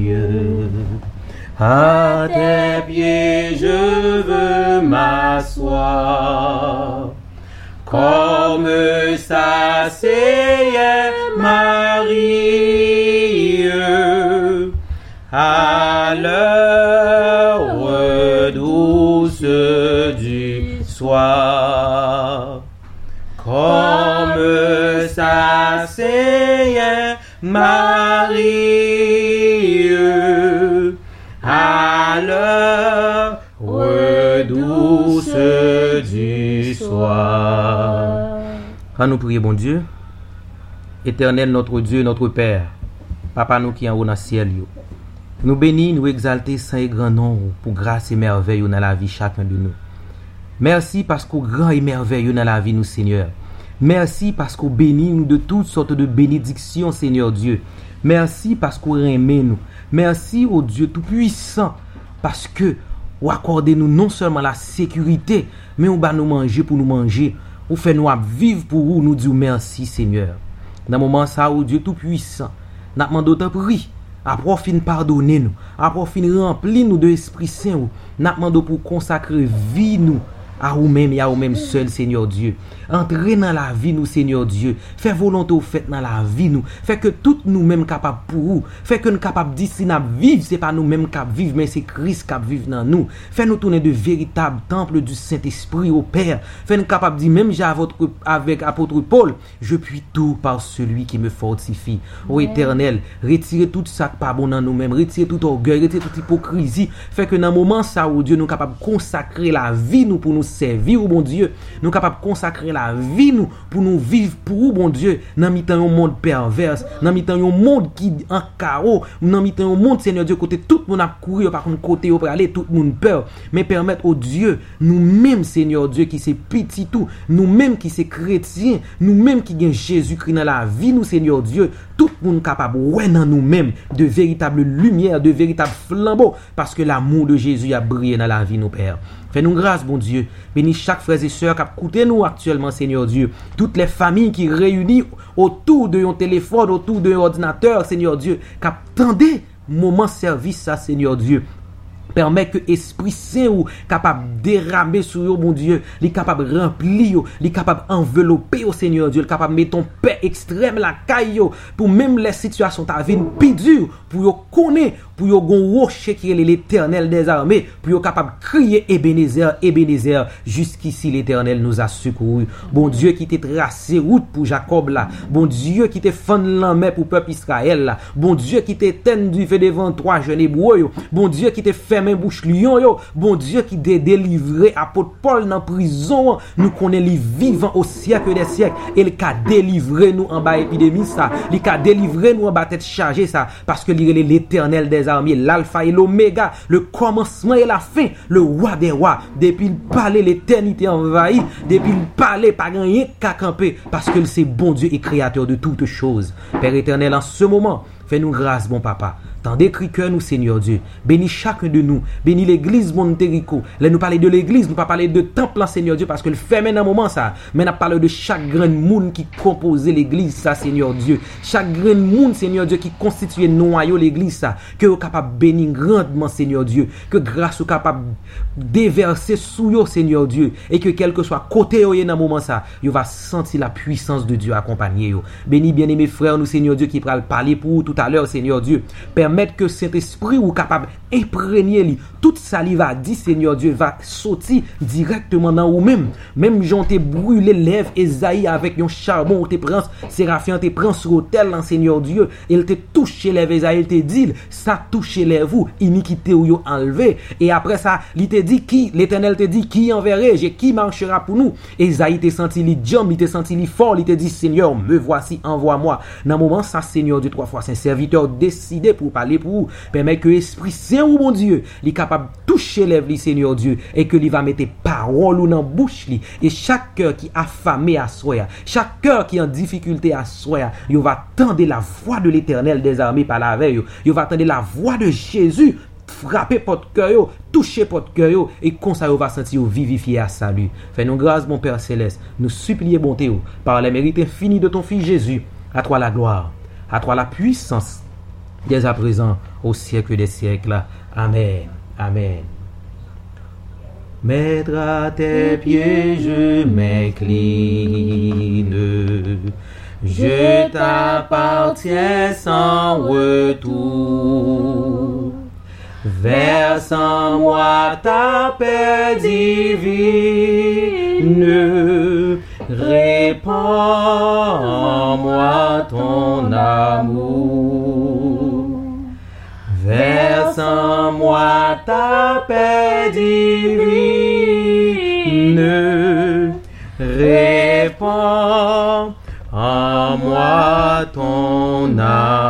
à tes pieds je veux m'asseoir, comme s'asseyait Marie à l'heure douce du soir, comme s'asseyait Marie à l'heure douce du soir. Quand nous prions, bon Dieu, Éternel notre Dieu, notre Père, Papa nous qui est en haut dans le ciel, nous bénis, nous exalter saint et grand nom pour grâce et merveille dans la vie chacun de nous. Merci parce qu'au grand et merveilleux dans la vie nous, Seigneur. Merci parce qu'on bénit nous de toutes sortes de bénédictions, Seigneur Dieu. Merci parce qu'on remet nous. Merci au Dieu Tout-Puissant parce que vous accordez nous non seulement la sécurité, mais on va nous manger pour nous manger. Vous fait nous vivre pour vous, nous disons merci, Seigneur. Dans le moment ça, au Dieu Tout-Puissant, nous demandons de prier. Après, fin pardonner nous. Après, fin remplir nous de l'Esprit Saint. Nous demandons pour consacrer vie nous à vous-même et à vous-même seul, Seigneur Dieu. Entrez dans la vie, nous, Seigneur Dieu. Fais volonté au fait dans la vie, nous. Fais que toutes nous-mêmes capables pour vous. Fais que nous capables de dire si nous vivons, ce n'est pas nous-mêmes qui vivons, mais c'est Christ qui vive dans nous. Fais nous tourner de véritables temples du Saint-Esprit au Père. Fais nous capables de dire, même j'ai avec apôtre Paul, je puis tout par celui qui me fortifie. Ô Éternel, retirez tout ça qui pas bon dans nous-mêmes. Retirez tout orgueil, retirez toute hypocrisie. Fait que dans le moment ça où Dieu nous capable de consacrer la vie nous pour nous servir, oh bon Dieu, nous capable de consacrer la vie nous pour nous vivre pour vous, bon Dieu, dans mi-temps un monde perverse, dans mi-temps un monde qui en chaos, dans mi-temps un monde, Seigneur Dieu, côté tout le monde a couru par contre côté pour aller, tout le monde peur, mais permettre au Dieu, nous-mêmes, Seigneur Dieu, qui c'est petit tout, nous-mêmes qui c'est chrétiens, nous-mêmes qui gagne Jésus-Christ dans la vie, nous, Seigneur Dieu, tout le monde capable, ouais, dans nous-mêmes, de véritable lumière, de véritable flambeau, parce que l'amour de Jésus a brillé dans la vie, nos pères. Fais-nous grâce, bon Dieu. Bénis chaque frère et sœur qui a écouté nous actuellement, Seigneur Dieu. Toutes les familles qui réunissent autour de un téléphone, autour d'un ordinateur, Seigneur Dieu, qui attendaient moment service, ça, Seigneur Dieu. Permet que Esprit Saint ou capable déramer sur eux, mon Dieu, les capable remplir, les capable envelopper au Seigneur Dieu, capable mettre ton paix extrême la caille pour même les situations ta vie plus dure pour yo connaître, pour yo gon rocher qui est l'Éternel des armées, pour yo capable crier Ebenezer, Ebenezer, jusqu'ici l'Éternel nous a secouru. Bon Dieu qui t'a tracé route pour Jacob là, bon Dieu qui t'a fendu la main pour peuple Israël là, bon Dieu qui t'a tendu fait devant trois jeunes hébreux, bon Dieu qui t'a fait même bouche lion yo, bon Dieu qui t'a délivré apôtre Paul dans prison, nous connaît les vivants au siècle des siècles, et il a délivré nous en bas épidémie ça, il a délivré nous en bas tête chargée ça, parce que il est l'Éternel des armées, l'alpha et l'oméga, le commencement et la fin, le roi des rois. Depuis le palais, l'éternité envahie, depuis le palais, pas rien qu'à camper, parce que c'est bon Dieu et créateur de toutes choses. Père éternel, en ce moment, fais-nous grâce, bon papa. Tendez cri cœur nous, Seigneur Dieu. Bénis chacun de nous. Bénis l'église Monterico. Là, nous parler de l'église, nous pas parler de temple, Seigneur Dieu, parce que le fait maintenant un moment ça. Mais nous parlons de chaque grand monde qui composait l'église, ça, Seigneur Dieu. Chaque grand monde, Seigneur Dieu, qui constituait noyau l'église, ça. Que vous capable bénir grandement, Seigneur Dieu. Que grâce vous capable déverser sous vous, Seigneur Dieu. Et que quel que soit côté dans un moment ça, vous va sentir la puissance de Dieu accompagner vous. Bénis bien aimés frères, nous, Seigneur Dieu, qui pourra parler pour vous tout à l'heure, Seigneur Dieu. Permettez que Saint-Esprit ou capable imprégner lui toute salive a dit Seigneur Dieu va sortir directement dans vous-même. Même Jean te brûlé lèvres Esaïe avec un charbon ou te prend Séraphien te prend sur autel en Seigneur Dieu, il te touché lèvres Esaïe, il te dit ça touché lèvres vous, iniquité ou yo enlevé, et après ça il te dit qui, l'Éternel te dit qui enverrai-je, qui marchera pour nous. Esaïe te senti li jam, il te senti li fort, il te dit Seigneur me voici, envoie-moi. Dans moment ça Seigneur Dieu trois fois c'est serviteur décidé pour parler pour vous, permet que Esprit Saint ou mon Dieu, il est capable de toucher lèvres li Seigneur Dieu, et que il va mettre parole ou dans bouche li, et chaque cœur qui affamé à soi, chaque cœur qui en difficulté à soi, il va tendre la voix de l'Éternel des armées par la veille, il va tendre la voix de Jésus frapper votre cœur, toucher votre cœur, et comme ça vous va sentir vivifier à salut. Fais-nous grâce mon Père céleste, nous supplions bonté par les mérites infinis de ton Fils Jésus. À toi la gloire, à toi la puissance, dès à présent, au siècle des siècles. Amen. Amen. Maître à tes pieds, je m'incline. Je t'appartiens sans retour. Verse en moi ta paix divine. Répands en moi ton amour. Verse en moi ta paix divine. Répands en moi ton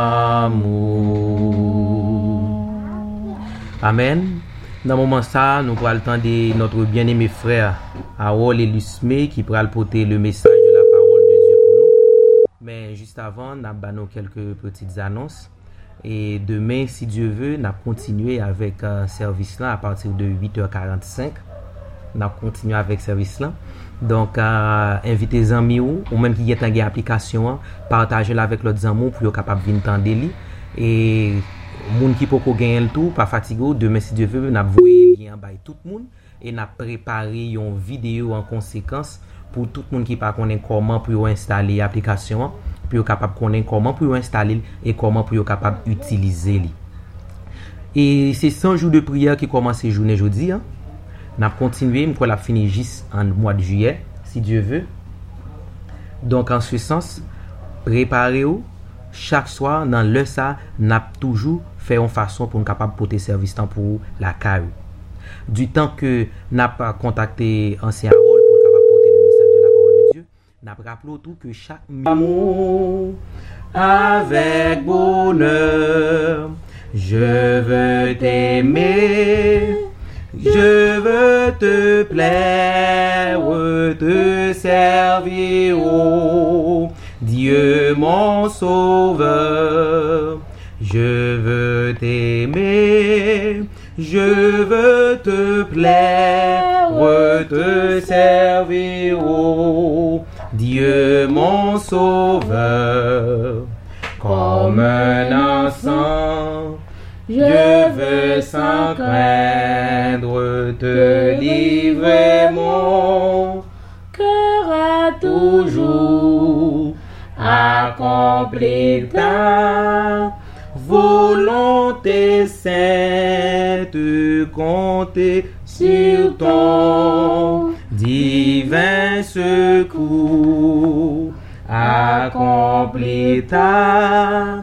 amour. Amen. Dans le moment ça, nous pourrons attendre notre bien-aimé frère Harold Elusme qui pourra porter le message de la parole de Dieu pour nous. Mais juste avant, nous avons quelques petites annonces. Et demain, si Dieu veut, nous allons continuer avec euh, service là à partir de huit heures quarante-cinq. Nous allons continuer avec service là. Donc, euh, invitez les amis ou même qui ont une application, partagez-la avec l'autre amis pour être capable de venir entendre. Et moun qui poko gagner le tout, pas fatigué, demain si Dieu veut, n'a voyé lien by tout le monde et n'a préparé une vidéo en conséquence pour tout le monde qui pas connaît comment pour installer l'application, pour capable connaître comment pour installer et comment pour capable utiliser li. Et c'est cent jours de prière qui commence cette journée aujourd'hui. Hein. N'a continué, m'ko la fini juste en mois de juillet si Dieu veut. Donc en ce sens, préparez-vous chaque soir dans l'heure ça n'a toujours fait une façon pour nous capable porter service temps pour la caille. Du temps que n'a pas contacté ancien Harold pour capable porter le message de la parole de Dieu, n'a rappelé tout que chaque amour avec bonheur, je veux t'aimer, je veux te plaire, te servir, oh Dieu mon sauveur. Je veux t'aimer, je veux te plaire, te servir, oh Dieu mon sauveur. Comme un enfant, je veux sans craindre te livrer, mon cœur a toujours accompli ta volonté sainte, compter sur ton divin secours. Accomplis ta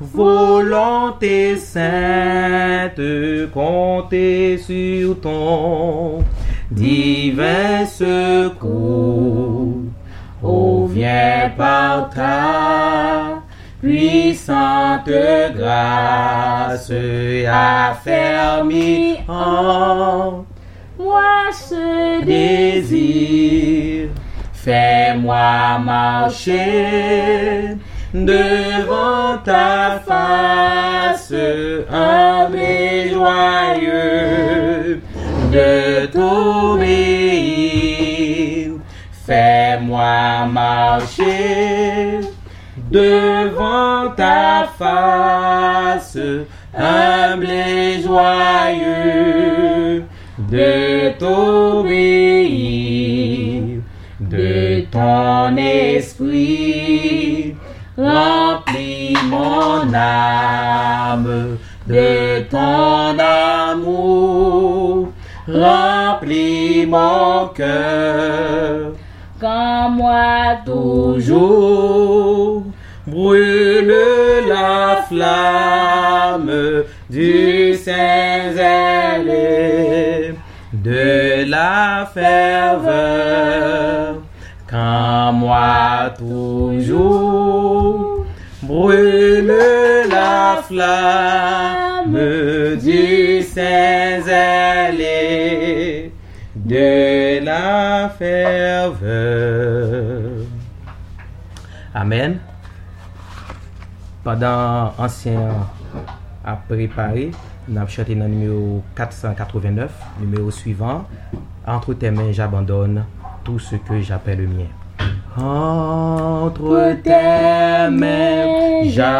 volonté sainte, compter sur ton divin secours. Oh, viens par ta puissante grâce, affermis en moi ce désir. Fais-moi marcher devant ta face, humble et joyeux, de t'obéir. Fais-moi marcher devant ta face, humble et joyeux, de t'obéir. De ton esprit, remplis mon âme, de ton amour, remplis mon cœur. Quand moi toujours brûle la flamme du Saint-Zèle, de la ferveur. Quand moi toujours brûle la flamme du Saint-Zèle, de la ferveur. Amen. Pendant ancien à préparer, nous avons chanté dans le numéro quatre cent quatre-vingt-neuf, numéro suivant. Entre tes mains, j'abandonne tout ce que j'appelle le mien. Entre tes mains,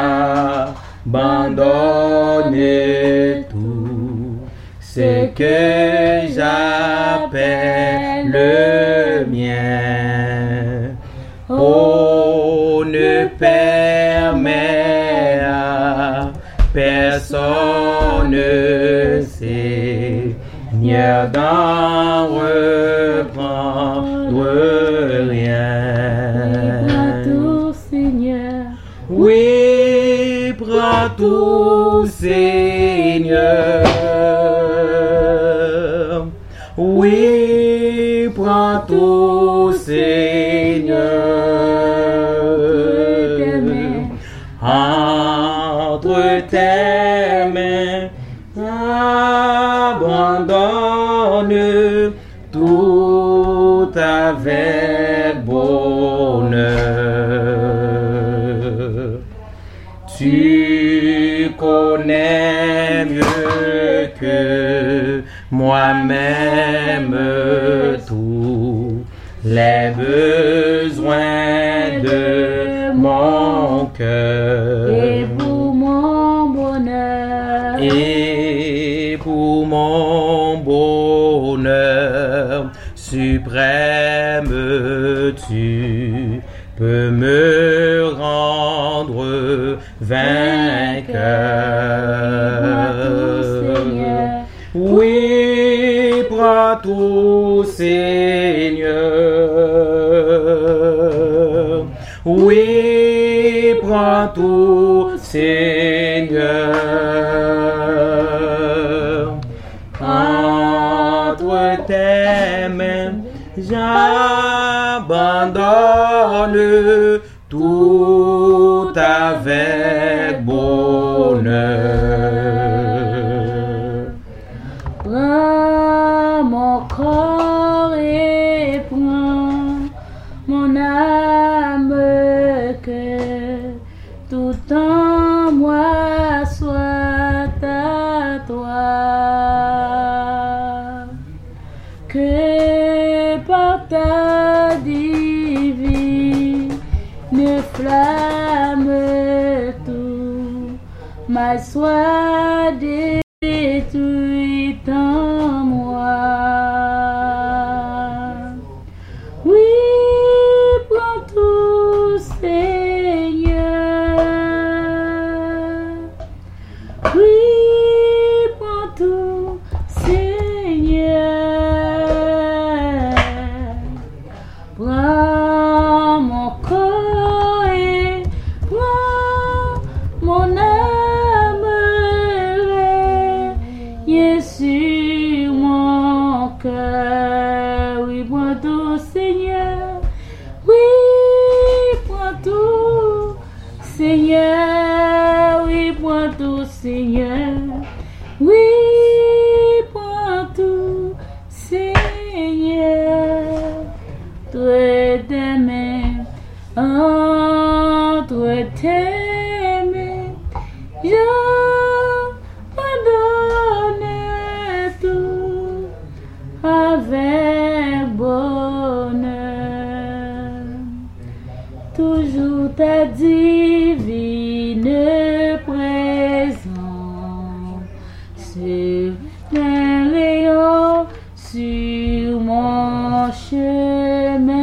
j'abandonne tout ce que j'appelle le mien. Oh, ne permets à personne, Seigneur, d'en reprendre rien. Prends tout, Seigneur. Oui, prends tout, Seigneur. Oui, prends tout, Seigneur. Entre tes mains, abandonne tout avec bonheur. Tu connais mieux que moi-même tous les besoins de mon cœur. Et pour mon bonheur, suprême, tu peux me rendre vainqueur. Oui, prends tout, Seigneur. Oui, prends tout, Seigneur. Entre tes mains, j'abandonne tout avec bonheur. Prends mon corps et prends mon âme, que tout en moi soit à toi. Que par ta divine flamme tout mal soit détruit en moi. Oui, prends tout, Seigneur. Oui, prends tout, Seigneur. Prends mon corps et prends mon âme, règne sur mon cœur. Oui, prends tout, Seigneur. Oui, prends tout, Seigneur. Oui, prends tout, Seigneur. Oui, prends tout, Seigneur. Entre tes mains, entre tes mains, j'abandonne tout avec bonheur. Toujours ta divine présence, un rayon sur mon chemin.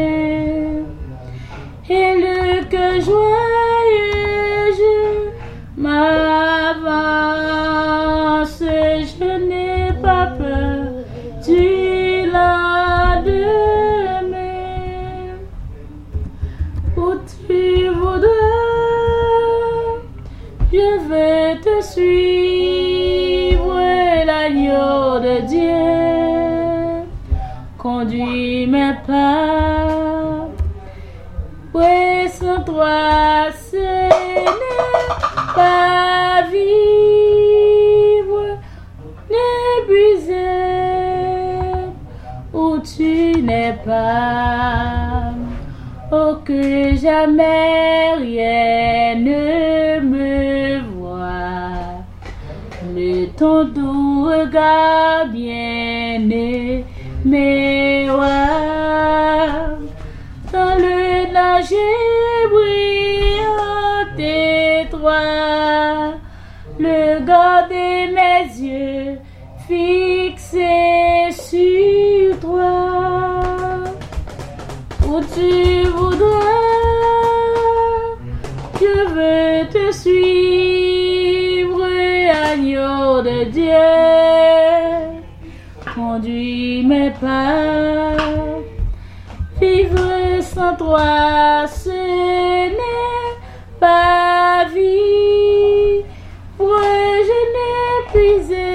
Et le cœur joyeux, je m'avance, je n'ai pas peur du lendemain. Où tu voudras, je vais te suivre, l'agneau de Dieu. Conduis mes pas. Oui, sans toi, ce n'est pas vivre, n'épuiser où tu n'es pas. Oh, que jamais rien ne me voit. Le ton doux regard bien-aimé, dans le danger brillant étroit, le garder mes yeux fixés sur toi. Où tu voudras, je veux te suivre, agneau de Dieu. Conduis mes pas. Vivre sans toi, ce n'est pas vivre, je n'ai puisé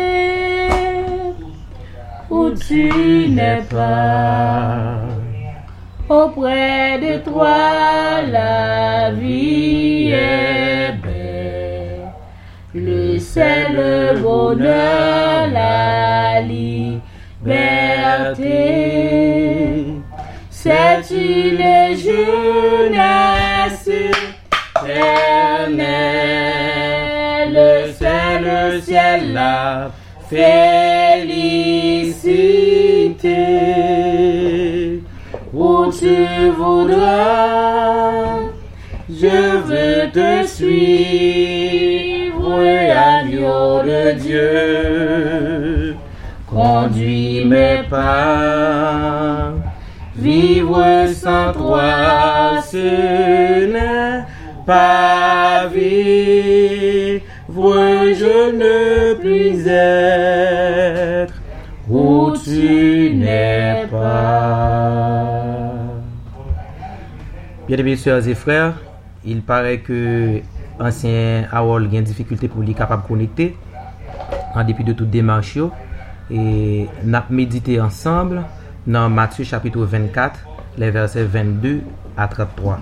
où tu n'es pas. Auprès de toi, la vie est belle, le seul bonheur, la liberté. C'est une jeunesse éternelle, c'est le ciel, la félicité. Où tu voudras, je veux te suivre, agneau de Dieu. conduis mes pas. Vivre sans toi, ce n'est pas vivre, je ne puis être où tu n'es pas. Bien-aimés sœurs et frères, il paraît que ancien Harold a une difficulté pour lui capable de connecter en dépit de toute démarche. Et nous avons médité ensemble dans Matthieu chapitre vingt-quatre, les versets vingt-deux à trente-trois.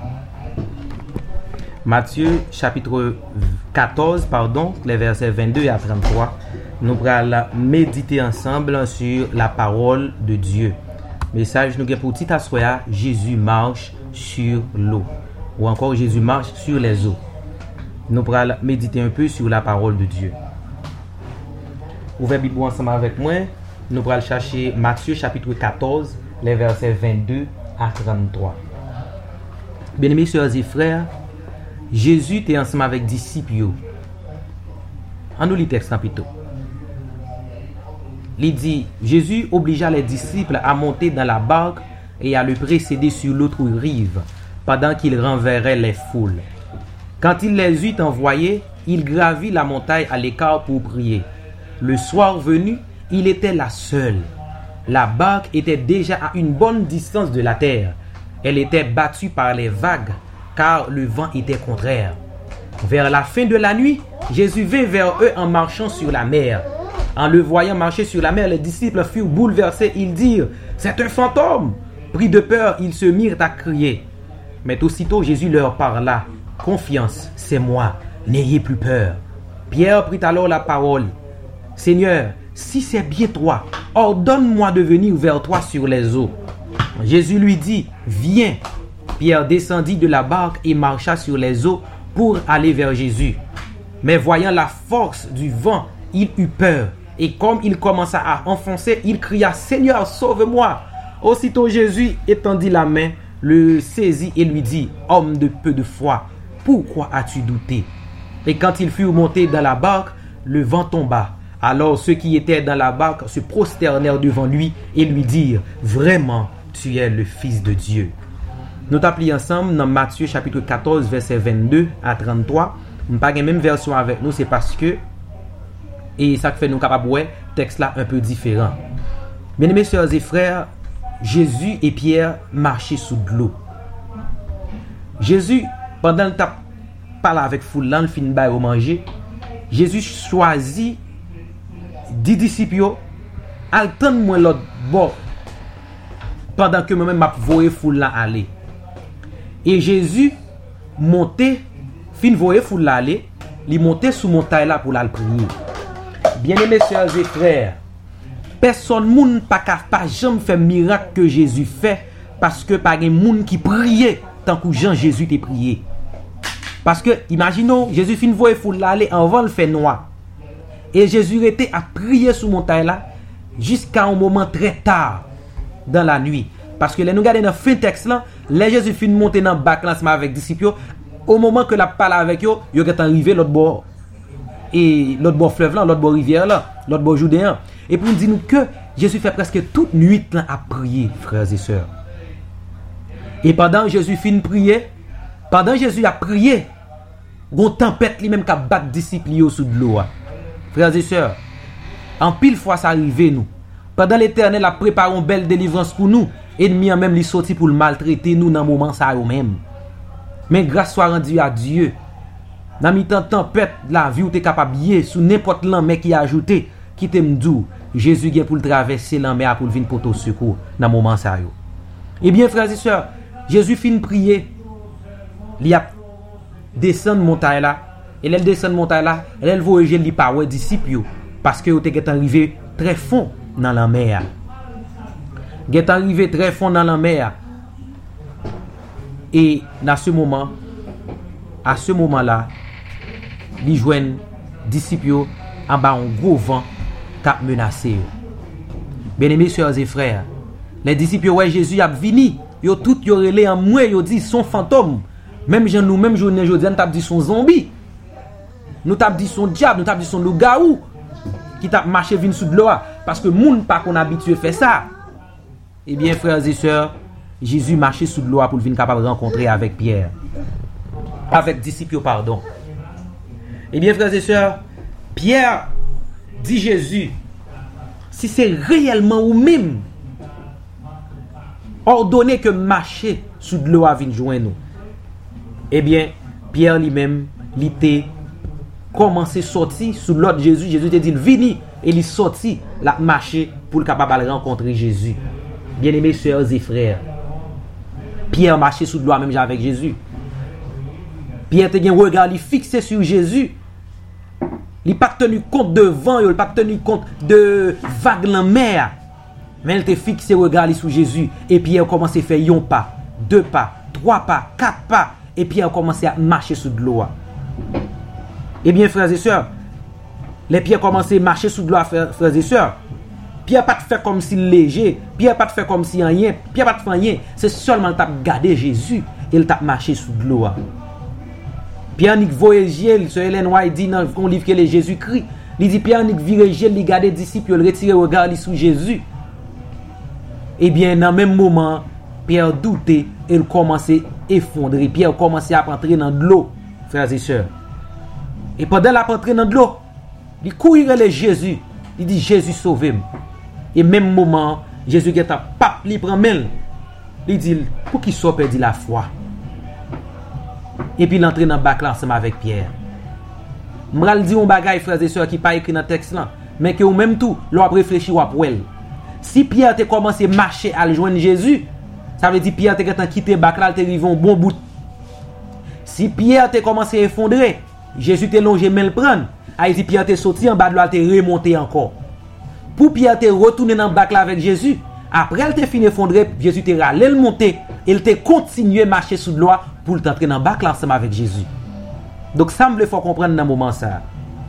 Matthieu chapitre quatorze, pardon, les versets vingt-deux à trente-trois. Nous allons méditer ensemble sur la parole de Dieu. Message nous pour petit assoya, Jésus marche sur l'eau. Ou encore Jésus marche sur les eaux. Nous allons méditer un peu sur la parole de Dieu. Ouvrez la Bible ensemble avec moi. Nous allons chercher Matthieu chapitre quatorze, les versets vingt-deux à trente-trois. Bien-aimés sœurs et frères, Jésus était ensemble avec les disciples. En nous lit texte plutôt. Il dit, Jésus obligea les disciples à monter dans la barque et à le précéder sur l'autre rive, pendant qu'il renverrait les foules. Quand il les eut envoyés, il gravit la montagne à l'écart pour prier. Le soir venu, il était là seul. La barque était déjà à une bonne distance de la terre. Elle était battue par les vagues, car le vent était contraire. Vers la fin de la nuit, Jésus vint vers eux en marchant sur la mer. En le voyant marcher sur la mer, les disciples furent bouleversés. Ils dirent, « C'est un fantôme !» Pris de peur, ils se mirent à crier. Mais aussitôt Jésus leur parla, « Confiance, c'est moi, n'ayez plus peur. » Pierre prit alors la parole, « Seigneur, si c'est bien toi, ordonne-moi de venir vers toi sur les eaux. » Jésus lui dit, « Viens. » Pierre descendit de la barque et marcha sur les eaux pour aller vers Jésus. Mais voyant la force du vent, il eut peur. Et comme il commença à enfoncer, il cria, « Seigneur, sauve-moi !» Aussitôt Jésus étendit la main, le saisit et lui dit, « Homme de peu de foi, pourquoi as-tu douté ?» Et quand ils furent montés dans la barque, le vent tomba. Alors ceux qui étaient dans la barque se prosternèrent devant lui et lui dirent, « Vraiment, tu es le Fils de Dieu. » Nous t'appelons ensemble dans Matthieu chapitre quatorze, verset vingt-deux à trente-trois. Nous n'avons pas la même version avec nous, c'est parce que, et ça fait nous capables de texte là un peu différent. Bien-aimés sœurs et frères, Jésus et Pierre marchaient sous de l'eau. Jésus, pendant le temps, parle avec foule là, le fin de au manger, Jésus choisit dix disciples à attendre moi l'autre bord pendant que moi-même m'a voyé foule là aller. Et Jésus montait, fin voyé foule là aller, il montait sous montagne là pour la prier. Bien-aimés sœurs et frères, personne moun pas pas jamais fait miracle que Jésus fait parce que pas gen moun qui priait tant que Jean Jésus t'a prié. Parce que imaginons Jésus fin voye foule là aller avant le fait noir. Et Jésus était à prier sous montagne là jusqu'à un moment très tard dans la nuit. Parce que les nous regardons dans fin texte là, les Jésus fin monter dans bac là avec disciples, au moment que la parle avec eux, yo est arrivé l'autre bord et l'autre bord fleuve là, l'autre bord rivière là, l'autre bord Jourdain. Et pour nous dire nous que Jésus fait presque toute nuit là à prier, frères et sœurs. Et pendant Jésus fin prier, pendant Jésus a prié, gon tempête lui même qui bat disciples sous de l'eau. Frères et sœurs, en pile fois ça arrive nous. Pendant l'Éternel a préparé une belle délivrance pour nous, ennemi en même li sorti pour le maltraiter nous dans moment ça eux même. Mais grâce soit rendue à Dieu. Dans mi-temps tempête la vie ou t'es capable de sous n'importe l'homme qui a ajouté qui t'aime dou Jésus vient pour le traverser la mer pour venir pour ton secours dans moment ça yo. Eh bien frères et sœurs, Jésus fin prier, il a descend montagne là, et elle descend montagne là, elle voyage li pa ouais disciples parce que était arrivé très fond dans la mer. Est arrivé très fond dans la mer. Et dans ce moment, à ce moment-là, ils joignent disciples en bas un gros vent qui a menacé. Bien-aimés sœurs et frères, les disciples ouais Jésus a venu, yo tout yo relé en moi, yo dit son fantôme. Même gens nous même journée aujourd'hui, nous t'a dit son zombie. Nous t'a dit son diable, nous t'a dit son loup-garou. qui t'a marché vin sous de l'eau parce que moun pas qu'on habitué faire ça. Eh bien frères et sœurs, Jésus marchait sous de l'eau pour venir capable rencontrer avec Pierre. Avec disciples pardon. Eh bien frères et sœurs, Pierre dit Jésus, si c'est réellement ou même ordonné que marcher sous de l'eau à venir joindre nous. Eh bien, Pierre lui-même, il était commencé à sortir sous l'autre Jésus. Jésus te dit, vini, et il sorti, la marcher pour le capable de rencontrer Jésus. Bien-aimés sœurs et frères, Pierre marchait sous l'eau même avec Jésus. Pierre te un regard fixé sur Jésus. Il n'a pas tenu compte de vent, il n'a pas tenu compte de vagues dans la mer. Mais il était fixé regard sur Jésus. Et Pierre a commencé à faire un pas, deux pas, trois pas, quatre pas. Et Pierre a commencé à marcher sous de l'eau. Eh bien, frères et sœurs, les Pierre a commencé à marcher sous de l'eau, frères et sœurs. Pierre n'a pas fait comme s'il léger. Pierre n'a pas fait comme si rien. Pierre n'a pas fait rien. C'est seulement qu'il a gardé Jésus et il a marché sous de l'eau. Pierre-Nic voyager, sur Hélène White dit dans un livre que est Jésus-Christ. Il dit Pierre-Nic voyager, il garde les disciples, il retire le regard sur Jésus. Eh bien, dans le même moment, Pierre doutait et il commençait à effondrer. Pierre commençait à entrer dans de l'eau, frères et sœurs. Et pendant la entrer dans de l'eau, il courait les Jésus. Il dit Jésus sauve-moi. Et même moment, Jésus qui est un pape, il prend main. Il dit pour qu'il soit perdu la foi. Et puis il entre dans le bac là ensemble avec Pierre. Je vais dire un bagage, frères et sœurs, qui n'est pas écrit dans le texte là, mais que au même tout, l'on a réfléchi ou après. Si Pierre a commencé à marcher à joindre Jésus, ça veut dire Pierre a quitté le bac là, il est arrivé un bon bout. Si Pierre a commencé à effondrer, Jésus t'a longé, mais le prendre. Il dit Pierre est sorti en bas de l'eau, il est remonté encore. Pour Pierre est retourné dans le bac là avec Jésus, après il t'a fini d'effondrer, Jésus t'a râlé le monter, il t'a continué à marcher sous l'eau pour entrer dans le bac là ensemble avec Jésus. Donc ça me faut comprendre dans ce moment ça.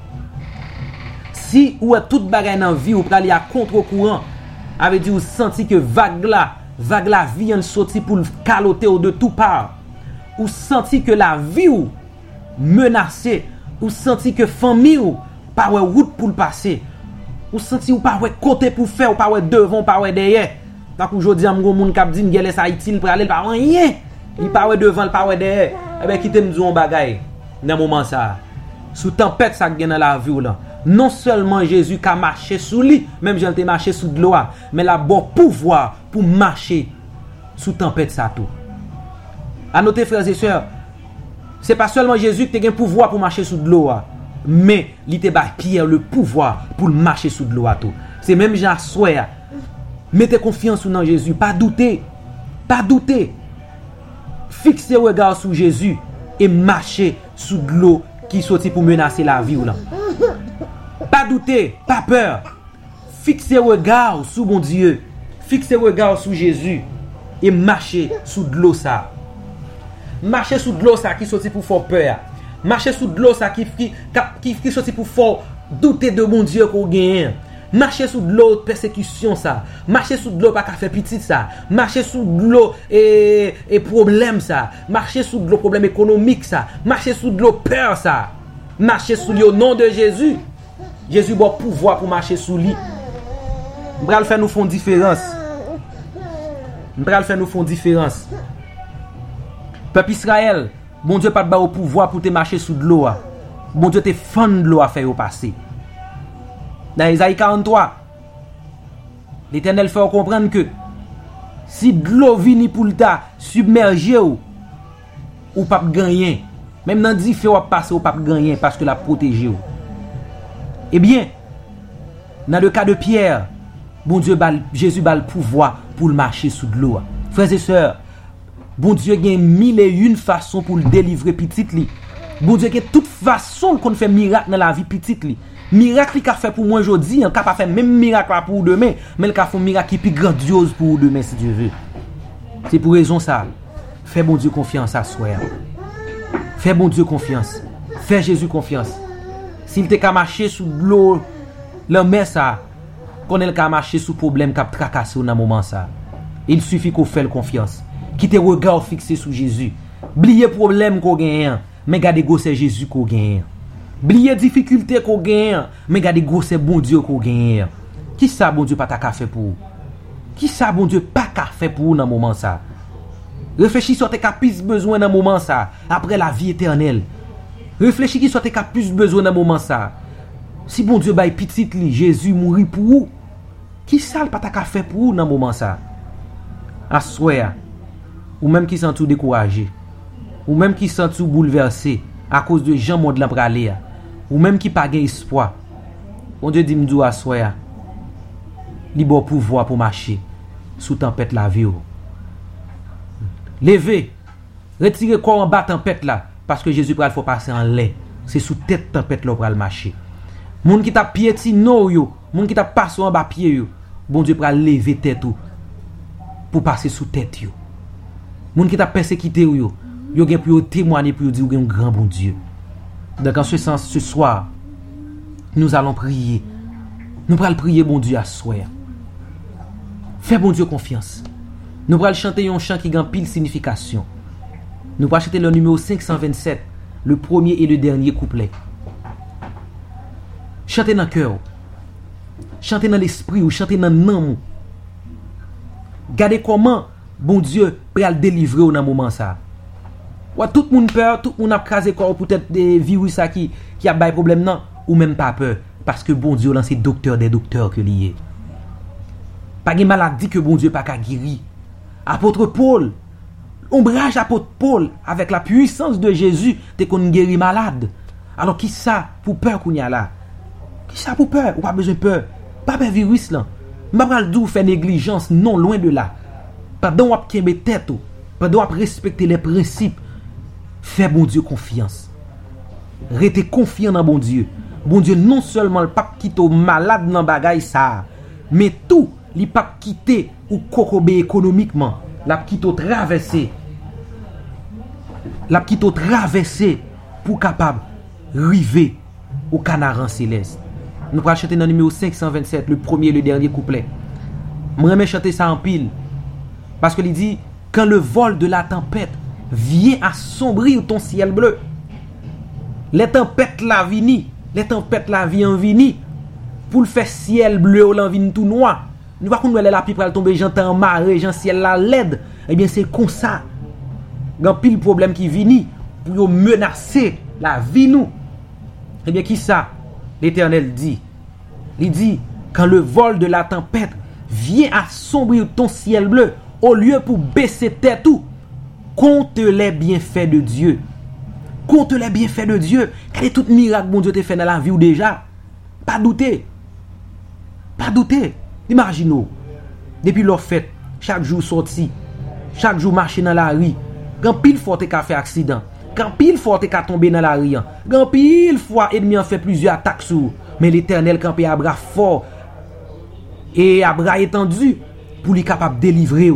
Si ou a toute bagaille dans vie ou pour aller à contre-courant, avait dit ou senti que vague là, vague la vie vient sortir pour caloter au de tout part. Ou senti que la vie ou menacée, ou senti que famille ou pas ouais route pour le passer. Ou senti ou pas ouais côté pour faire ou pas ouais devant pas ouais derrière. Tant qu'aujourd'hui un gros monde qui dit m'gèle ça Haïti pour aller pas rien. Il pas ouais devant, il pas ouais derrière. Eh ben quittez nous un bagaille dans moment ça. Sous tempête ça gagne dans la vie là. Non seulement Jésus qui a marché sous lui, même j'ai été marché sous de l'eau, mais la bon pouvoir pour marcher sous tempête ça tout. À noter frères et sœurs, c'est pas seulement Jésus qui a un pouvoir pour marcher sous de l'eau, mais il te bat Pierre le pouvoir pour marcher sous de l'eau tout. C'est même Jean souhait. Mettez confiance dans Jésus, pas douter. Pas douter. Fixez le regard sur Jésus et marchez sous de l'eau qui sortit pour menacer la vie ou là. Pas douter, pas peur. Fixez le regard sur mon Dieu. Fixez le regard sur Jésus et marchez sous de l'eau ça. Marchez sous de l'eau ça qui sortit pour faire peur. Marchez sous de l'eau ça qui qui qui, qui sortit pour faire douter de mon Dieu qu'on gagne. Marchez sous de l'eau persécution ça. Marchez sous de l'eau pas qu'à faire petit ça. Marchez sous de l'eau et et problème ça. Marchez sous de l'eau problème économique ça. Marchez sous de l'eau peur ça. Marchez sous lui au nom de Jésus. Jésus a pouvoir pour marcher sous lui. M'bral faire nous font différence. M'bral faire nous font différence. Peuple Israël, bon Dieu pas de au pouvoir pour te marcher sous de l'eau. Bon Dieu te fend de l'eau à faire au passé. Dans Isaïe quarante-trois, l'Éternel fait comprendre que si de l'eau vient pour le ta submerger ou ou pas gagner, même dans dix fois passer ou pas gagner parce que la protéger ou. Eh bien, dans le cas de Pierre, bon Dieu bal, Jésus a le pouvoir pour le marcher sous de l'eau. Frères et sœurs, bon Dieu a mille et une façons pour le délivrer petit li. Bon Dieu a toute façon qu'on fait miracle dans la vie petite li. Miracle qu'il a fait pour moi aujourd'hui, il capable faire même miracle pour demain, mais il a fait un miracle qui est plus grandiose pour demain si Dieu veut. C'est pour raison ça. Fais bon Dieu confiance à soi. Fais bon Dieu confiance. Fais Jésus confiance. S'il te ka marcher sous l'eau, le mer ça, qu'on el ka marcher sous problème qui a tracassé dans moment ça. Il suffit qu'on fait confiance. Qui te regard fixé sur Jésus. Oubliez problème qu'on gagne, mais gardez go c'est Jésus qu'on gagne. Blier difficulté qu'on gagne, mais gardez gros c'est bon Dieu qu'on gagne. Qui ça bon Dieu pas ta fait pour? Qui ça bon Dieu pas qu'a fait pour dans moment ça? Réfléchis sur tes cas plus besoin dans moment ça après la vie éternelle. Réfléchis qui soit tes cas plus besoin dans moment ça. Si bon Dieu bail petit li Jésus mourir pour vous, qui ça pas ta fait pour vous dans moment ça? Assoya ou même qui sont tout découragé ou même qui sont tout bouleversé à cause de gens monde l'empraler ou même qui pas gain espoir. Bon Dieu dit m'dou assoya. Li bon pouvoir pour marcher sous tempête la vie. Levez, retirez quoi en bas tempête là parce que Jésus pral faut passer en lait. C'est sous tête tempête là pral marcher. Moun qui t'a piéti non yo, moun qui t'a passé en bas pied yo, bon Dieu pral lever tête ou pour passer sous tête yo. Moun qui t'a persécuté yo, yo gen pour témoigner pour dire un grand bon Dieu. Donc en ce sens ce soir, nous allons prier. Nous allons prier bon Dieu à soir. Fais bon Dieu confiance. Nous allons chanter un chant qui a pile signification. Nous allons chanter le numéro cinq cent vingt-sept, le premier et le dernier couplet. Chantez dans le cœur. Chantez dans l'esprit ou chantez dans l'âme. Regardez comment bon Dieu peut le délivrer dans ce moment ça. Ou tout le monde peur, tout le monde a crasé quoi peut-être des virus ça qui qui a des problèmes non ou même pas peur parce que bon Dieu là c'est docteur des docteurs que lié. Pas de maladie que bon Dieu pas qu'à guérir. Apôtre Paul, ombrage apôtre Paul avec la puissance de Jésus t'es qu'on guérit malade. Alors qui ça pour peur qu'on y a là? Qui ça pour peur? Ou pas besoin de peur? Pas de virus là. M'a pas le faire négligence non loin de là. Pendant on kembe tête, pendant on respecter les principes, fais bon Dieu confiance. Restez confiant dans bon Dieu. Bon Dieu non seulement le pape quitte malade dans bagay ça, mais tout li pape quitter ou kokobé économiquement, la quitte traverser. La quitte traverser pour capable river au Canaran céleste. Nous allons chanter dans le numéro cinq cent vingt-sept, le premier et le dernier couplet. Je vais chanter ça en pile. Parce que il dit, quand le vol de la tempête vient assombrir ton ciel bleu, les tempêtes la vini, les tempêtes la viennent vini, pour le faire ciel bleu ou l'envie tout noir. Nous pas qu'on la pluie pour tomber, j'entends marée, j'en ciel la laide. Eh bien c'est comme ça. Grand pile problème qui vini pour menacer la vie nous. Eh bien qui ça? L'Éternel dit. Il dit quand le vol de la tempête vient assombrir ton ciel bleu, au lieu pour baisser tête tout, compte les bienfaits de Dieu. Compte les bienfaits de Dieu. Quel est tout miracle bon Dieu t'a fait dans la vie ou déjà? Pas douter. Pas douter. Imaginez, depuis leur fête, chaque jour sorti, chaque jour marcher dans la rue, quand pile fois t'es qu'à faire accident, quand pile fois t'es qu'à tomber dans la rue, quand pile fois ennemi a fait plusieurs attaques sur, mais l'Éternel campé à bras fort et à bras étendu pour lui capable de délivrer.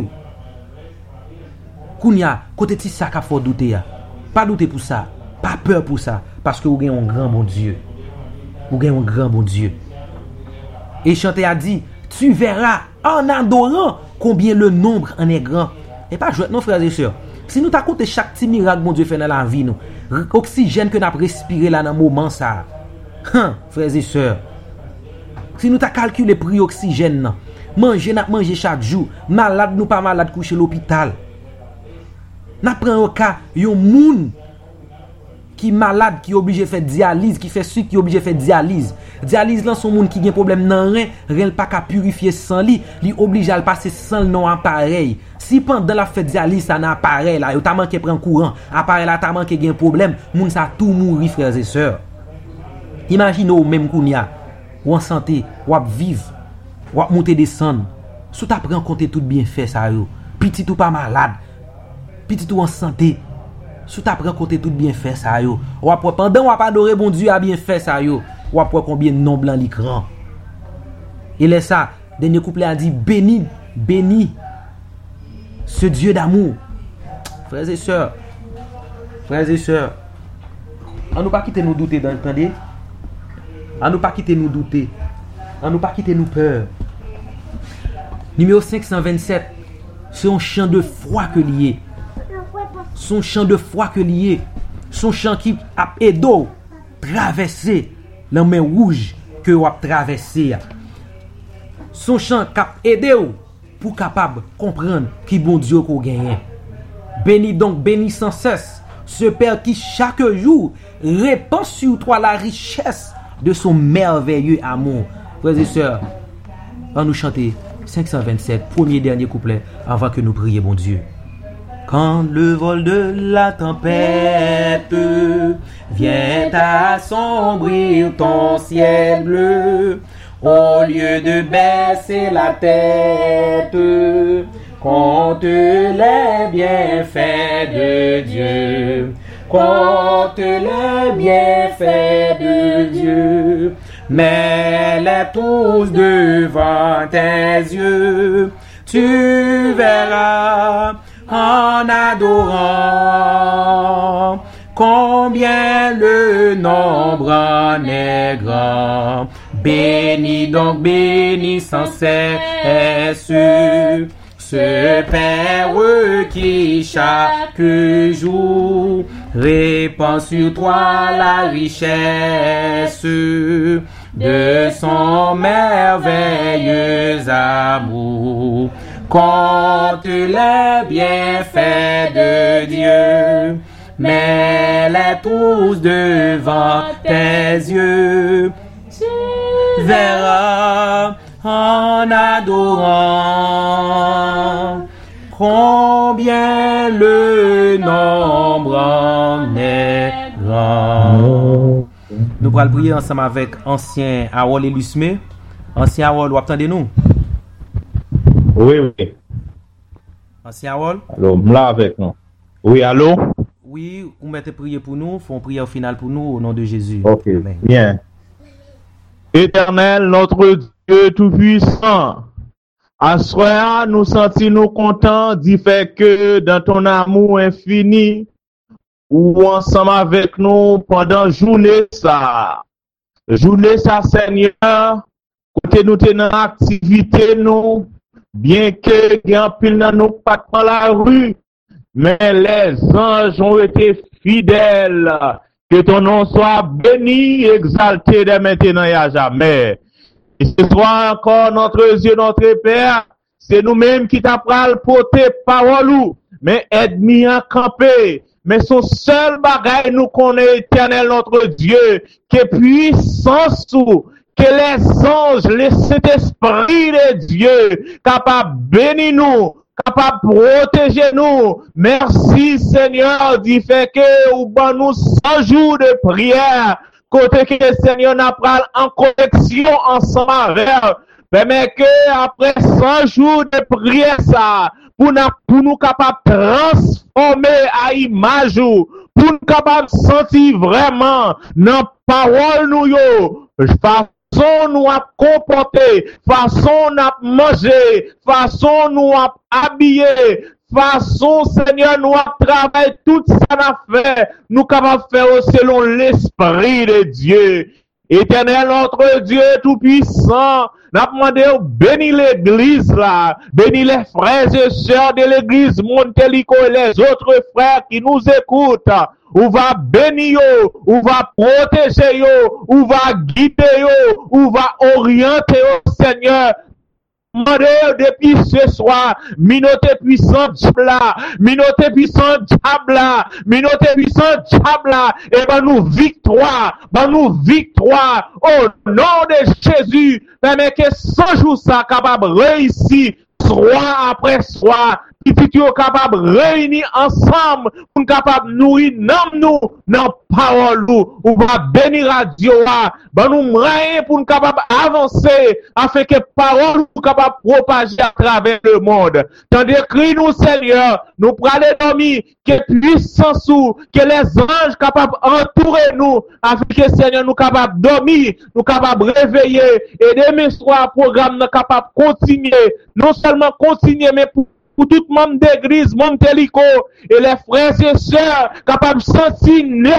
Kounya, côté ti ça qu'a faut douter ya. Pas douter pour ça, pas peur pour ça parce que vous avez un grand bon Dieu. Vous avez un grand bon Dieu. Et chanter a dit, tu verras en adorant combien le nombre en est grand. Et pas jouer non frères et sœurs. Si nous t'accordons chaque petit miracle bon Dieu fait dans la vie nous, oxygène que nous avons respiré là dans le moment ça. Hein, frères et sœurs. Si nous t'a calculé prix oxygène, manger n'a manger chaque jour, malade nous pas malade coucher l'hôpital. N'a prend au cas yon moun qui malade qui obligé faire dialyse, qui fait sucre qui obligé faire dialyse. Dialyse là son monde qui gen problème nan rein, rein pas ka purifier sang li, li obligé à passer sang non appareil. Si pendant la fait dialyse ça nan appareil là, yo ta manqué prend courant, appareil là ta manqué gen problème, moun ça tout mourir frères et sœurs. Imaginez même kounya, ou en santé, ou vivre, ou monter descendre. Sous ta prend compter tout bien fait ça yo. Petit ou pas malade, petit ou en santé. Sous ta prend côté tout bien fait ça yo. Ou après pendant ou pas adorer bon Dieu a bien fait ça yo. Ou après combien de nom blanc l'écran. Et là ça, dernier couplet a dit béni, béni ce Dieu d'amour. Frères et sœurs. Frères et sœurs. On nous pas quitter nous douter d'entendre. On nous pas quitter nous douter. On nous pas quitter nous peur. Numéro cinq cent vingt-sept. C'est un chant de foi que lié. Son chant de foi que lié, son chant qui a aidé traverser la mer rouge que vous avez traversé. Son chant cap aider pour capable comprendre qui bon Dieu qu'on gagne. Bénis donc, bénis sans cesse ce Père qui chaque jour répand sur toi la richesse de son merveilleux amour. Frères et sœurs, on nous chanter cinq cent vingt-sept, premier dernier couplet, avant que nous prions, bon Dieu. Quand le vol de la tempête vient assombrir ton ciel bleu, au lieu de baisser la tête, compte les bienfaits de Dieu, compte les bienfaits de Dieu, mets-les tous devant tes yeux, tu verras en adorant combien le nombre en est grand. Bénis donc, bénis sans cesse ce Père qui chaque jour répand sur toi la richesse de son merveilleux amour. Compte les bienfaits de Dieu, mets-les tous devant tes yeux. Tu verras en adorant combien le nombre en est grand. Nous allons prier ensemble avec ancien Harold et Lusme. Ancien Harold, vous attendez-nous? Oui, oui. Ancien Harold? Alors, là avec nous. Oui, allô? Oui, vous mettez prier pour nous, font prière finale pour nous au nom de Jésus. Ok, amen. Bien. Éternel, notre Dieu Tout-Puissant, à ce soir, nous sentons contents du fait que dans ton amour infini, ou ensemble avec nous pendant journée ça, journée ça, Seigneur, côté nous tenons activité nous, bien que bien pile dans nous pas dans la rue, mais les anges ont été fidèles. Que ton nom soit béni, exalté dès maintenant et à jamais. Et ce soit encore notre Dieu, notre Père, c'est nous-mêmes qui t'apprenons porter parole, mais aide-nous à camper. Mais son seul bagage nous connaît éternel notre Dieu, que puissance ou, que les anges, les Saint-Esprit de Dieu, capable de bénir nous, capable de protéger nous. Merci Seigneur du fait que ou ban nous cent jours de prière, côté que le Seigneur n'a pas en connexion ensemble avec. Mais que après cent jours de prière ça, pour nous, pour nous capables de transformer à image, pour nous capables de sentir vraiment dans parole nous yo, façon nous à comporter, façon nous à manger, façon nous à habiller, façon Seigneur nous à travailler, tout ça n'a fait, nous capables de faire selon l'Esprit de Dieu. Éternel notre Dieu tout-puissant, n'a demandé bénis l'église là, bénis les frères et sœurs de l'église Montelico et les autres frères qui nous écoutent. Ou va bénir yo, ou va protéger yo, ou va guider yo, ou va orienter yo, Seigneur. Demandez depuis ce soir, minoté puissant diable, minoté puissant diable, minoté puissant diable, et ben nous victoire, ben nous victoire, au nom de Jésus, permet que cent jours ça capable réussir, soir après soir, petit yo capable réunir ensemble, pour capable nourrir nam nous, dans parole nous, ou va bénir à Dieu, ben nous moyens pour nous capable avancer, afin que parole nous capable propager à travers le monde. Tandis que nous, Seigneur, nous prenons dormir, que puissance ou, que les anges capables entourer nous, afin que Seigneur nous capable dormir, nous capable réveiller, et demain soir, programme nous capable continuer, non seulement continuer, mais pour pour tout membre d'église Montelico et les frères et sœurs capables de sentir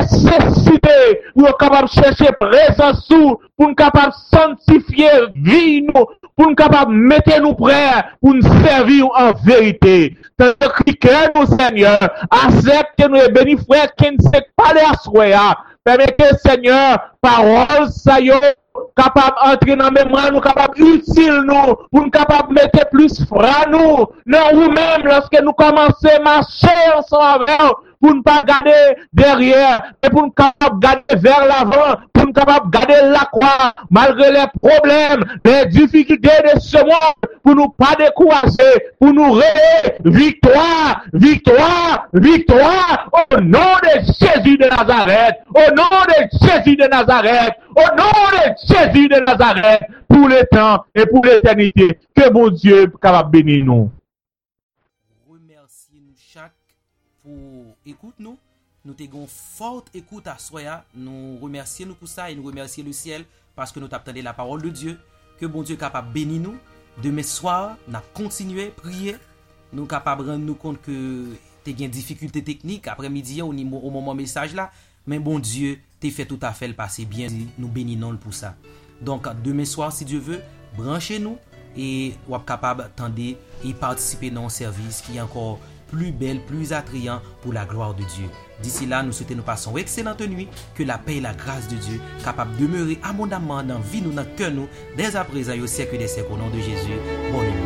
nécessité, pour capables de chercher présence sous, pour nous capables de sanctifier vie nous, pour nous capables de mettre nous prêts pour nous servir en vérité. Tant que nous, Seigneur, accepte nous et bénis frères qui ne sait pas les assoyer, Permettez, Seigneur, parole, ça y est, capable d'entrer dans la mémoire, nous capable utile nous, pour nous capable mettre plus fra nous, non nous-mêmes, lorsque nous commençons à marcher ensemble avec, pour ne pas garder derrière, et pour nous capable garder vers l'avant, pour nous capable garder la croix, malgré les problèmes, les difficultés de ce monde, pour nous pas décourager, pour nous rêver, victoire, victoire, victoire, au nom de Jésus de Nazareth, au nom de Jésus de Nazareth, au nom de Jésus de Nazareth, pour le temps et pour l'éternité, que mon Dieu capable bénir nous. Remercier nous chaque pour écoute nous. Nous avons forte écoute à Soya. Nous remercions nous pour ça et nous remercions le ciel parce que nous t'attendons la parole de Dieu. Que bon Dieu est capable de bénir nous. Demain soir, nous continuer à prier. Nous sommes capables de rendre nous compte que tu as des difficultés techniques après-midi au, au moment message là. Mais bon Dieu, tu fait tout à fait le passer bien. Nous bénissons pour ça. Donc demain soir, si Dieu veut, branchez-nous et vous êtes capable d'attendre et participer dans un service qui est encore plus belle, plus attrayant pour la gloire de Dieu. D'ici là, nous souhaitons nous passer une excellente nuit, que la paix et la grâce de Dieu capable de demeurer abondamment dans la vie, nous, dans le cœur, nous, dès à présent et au siècle des siècles, au nom de Jésus. Bonne nuit.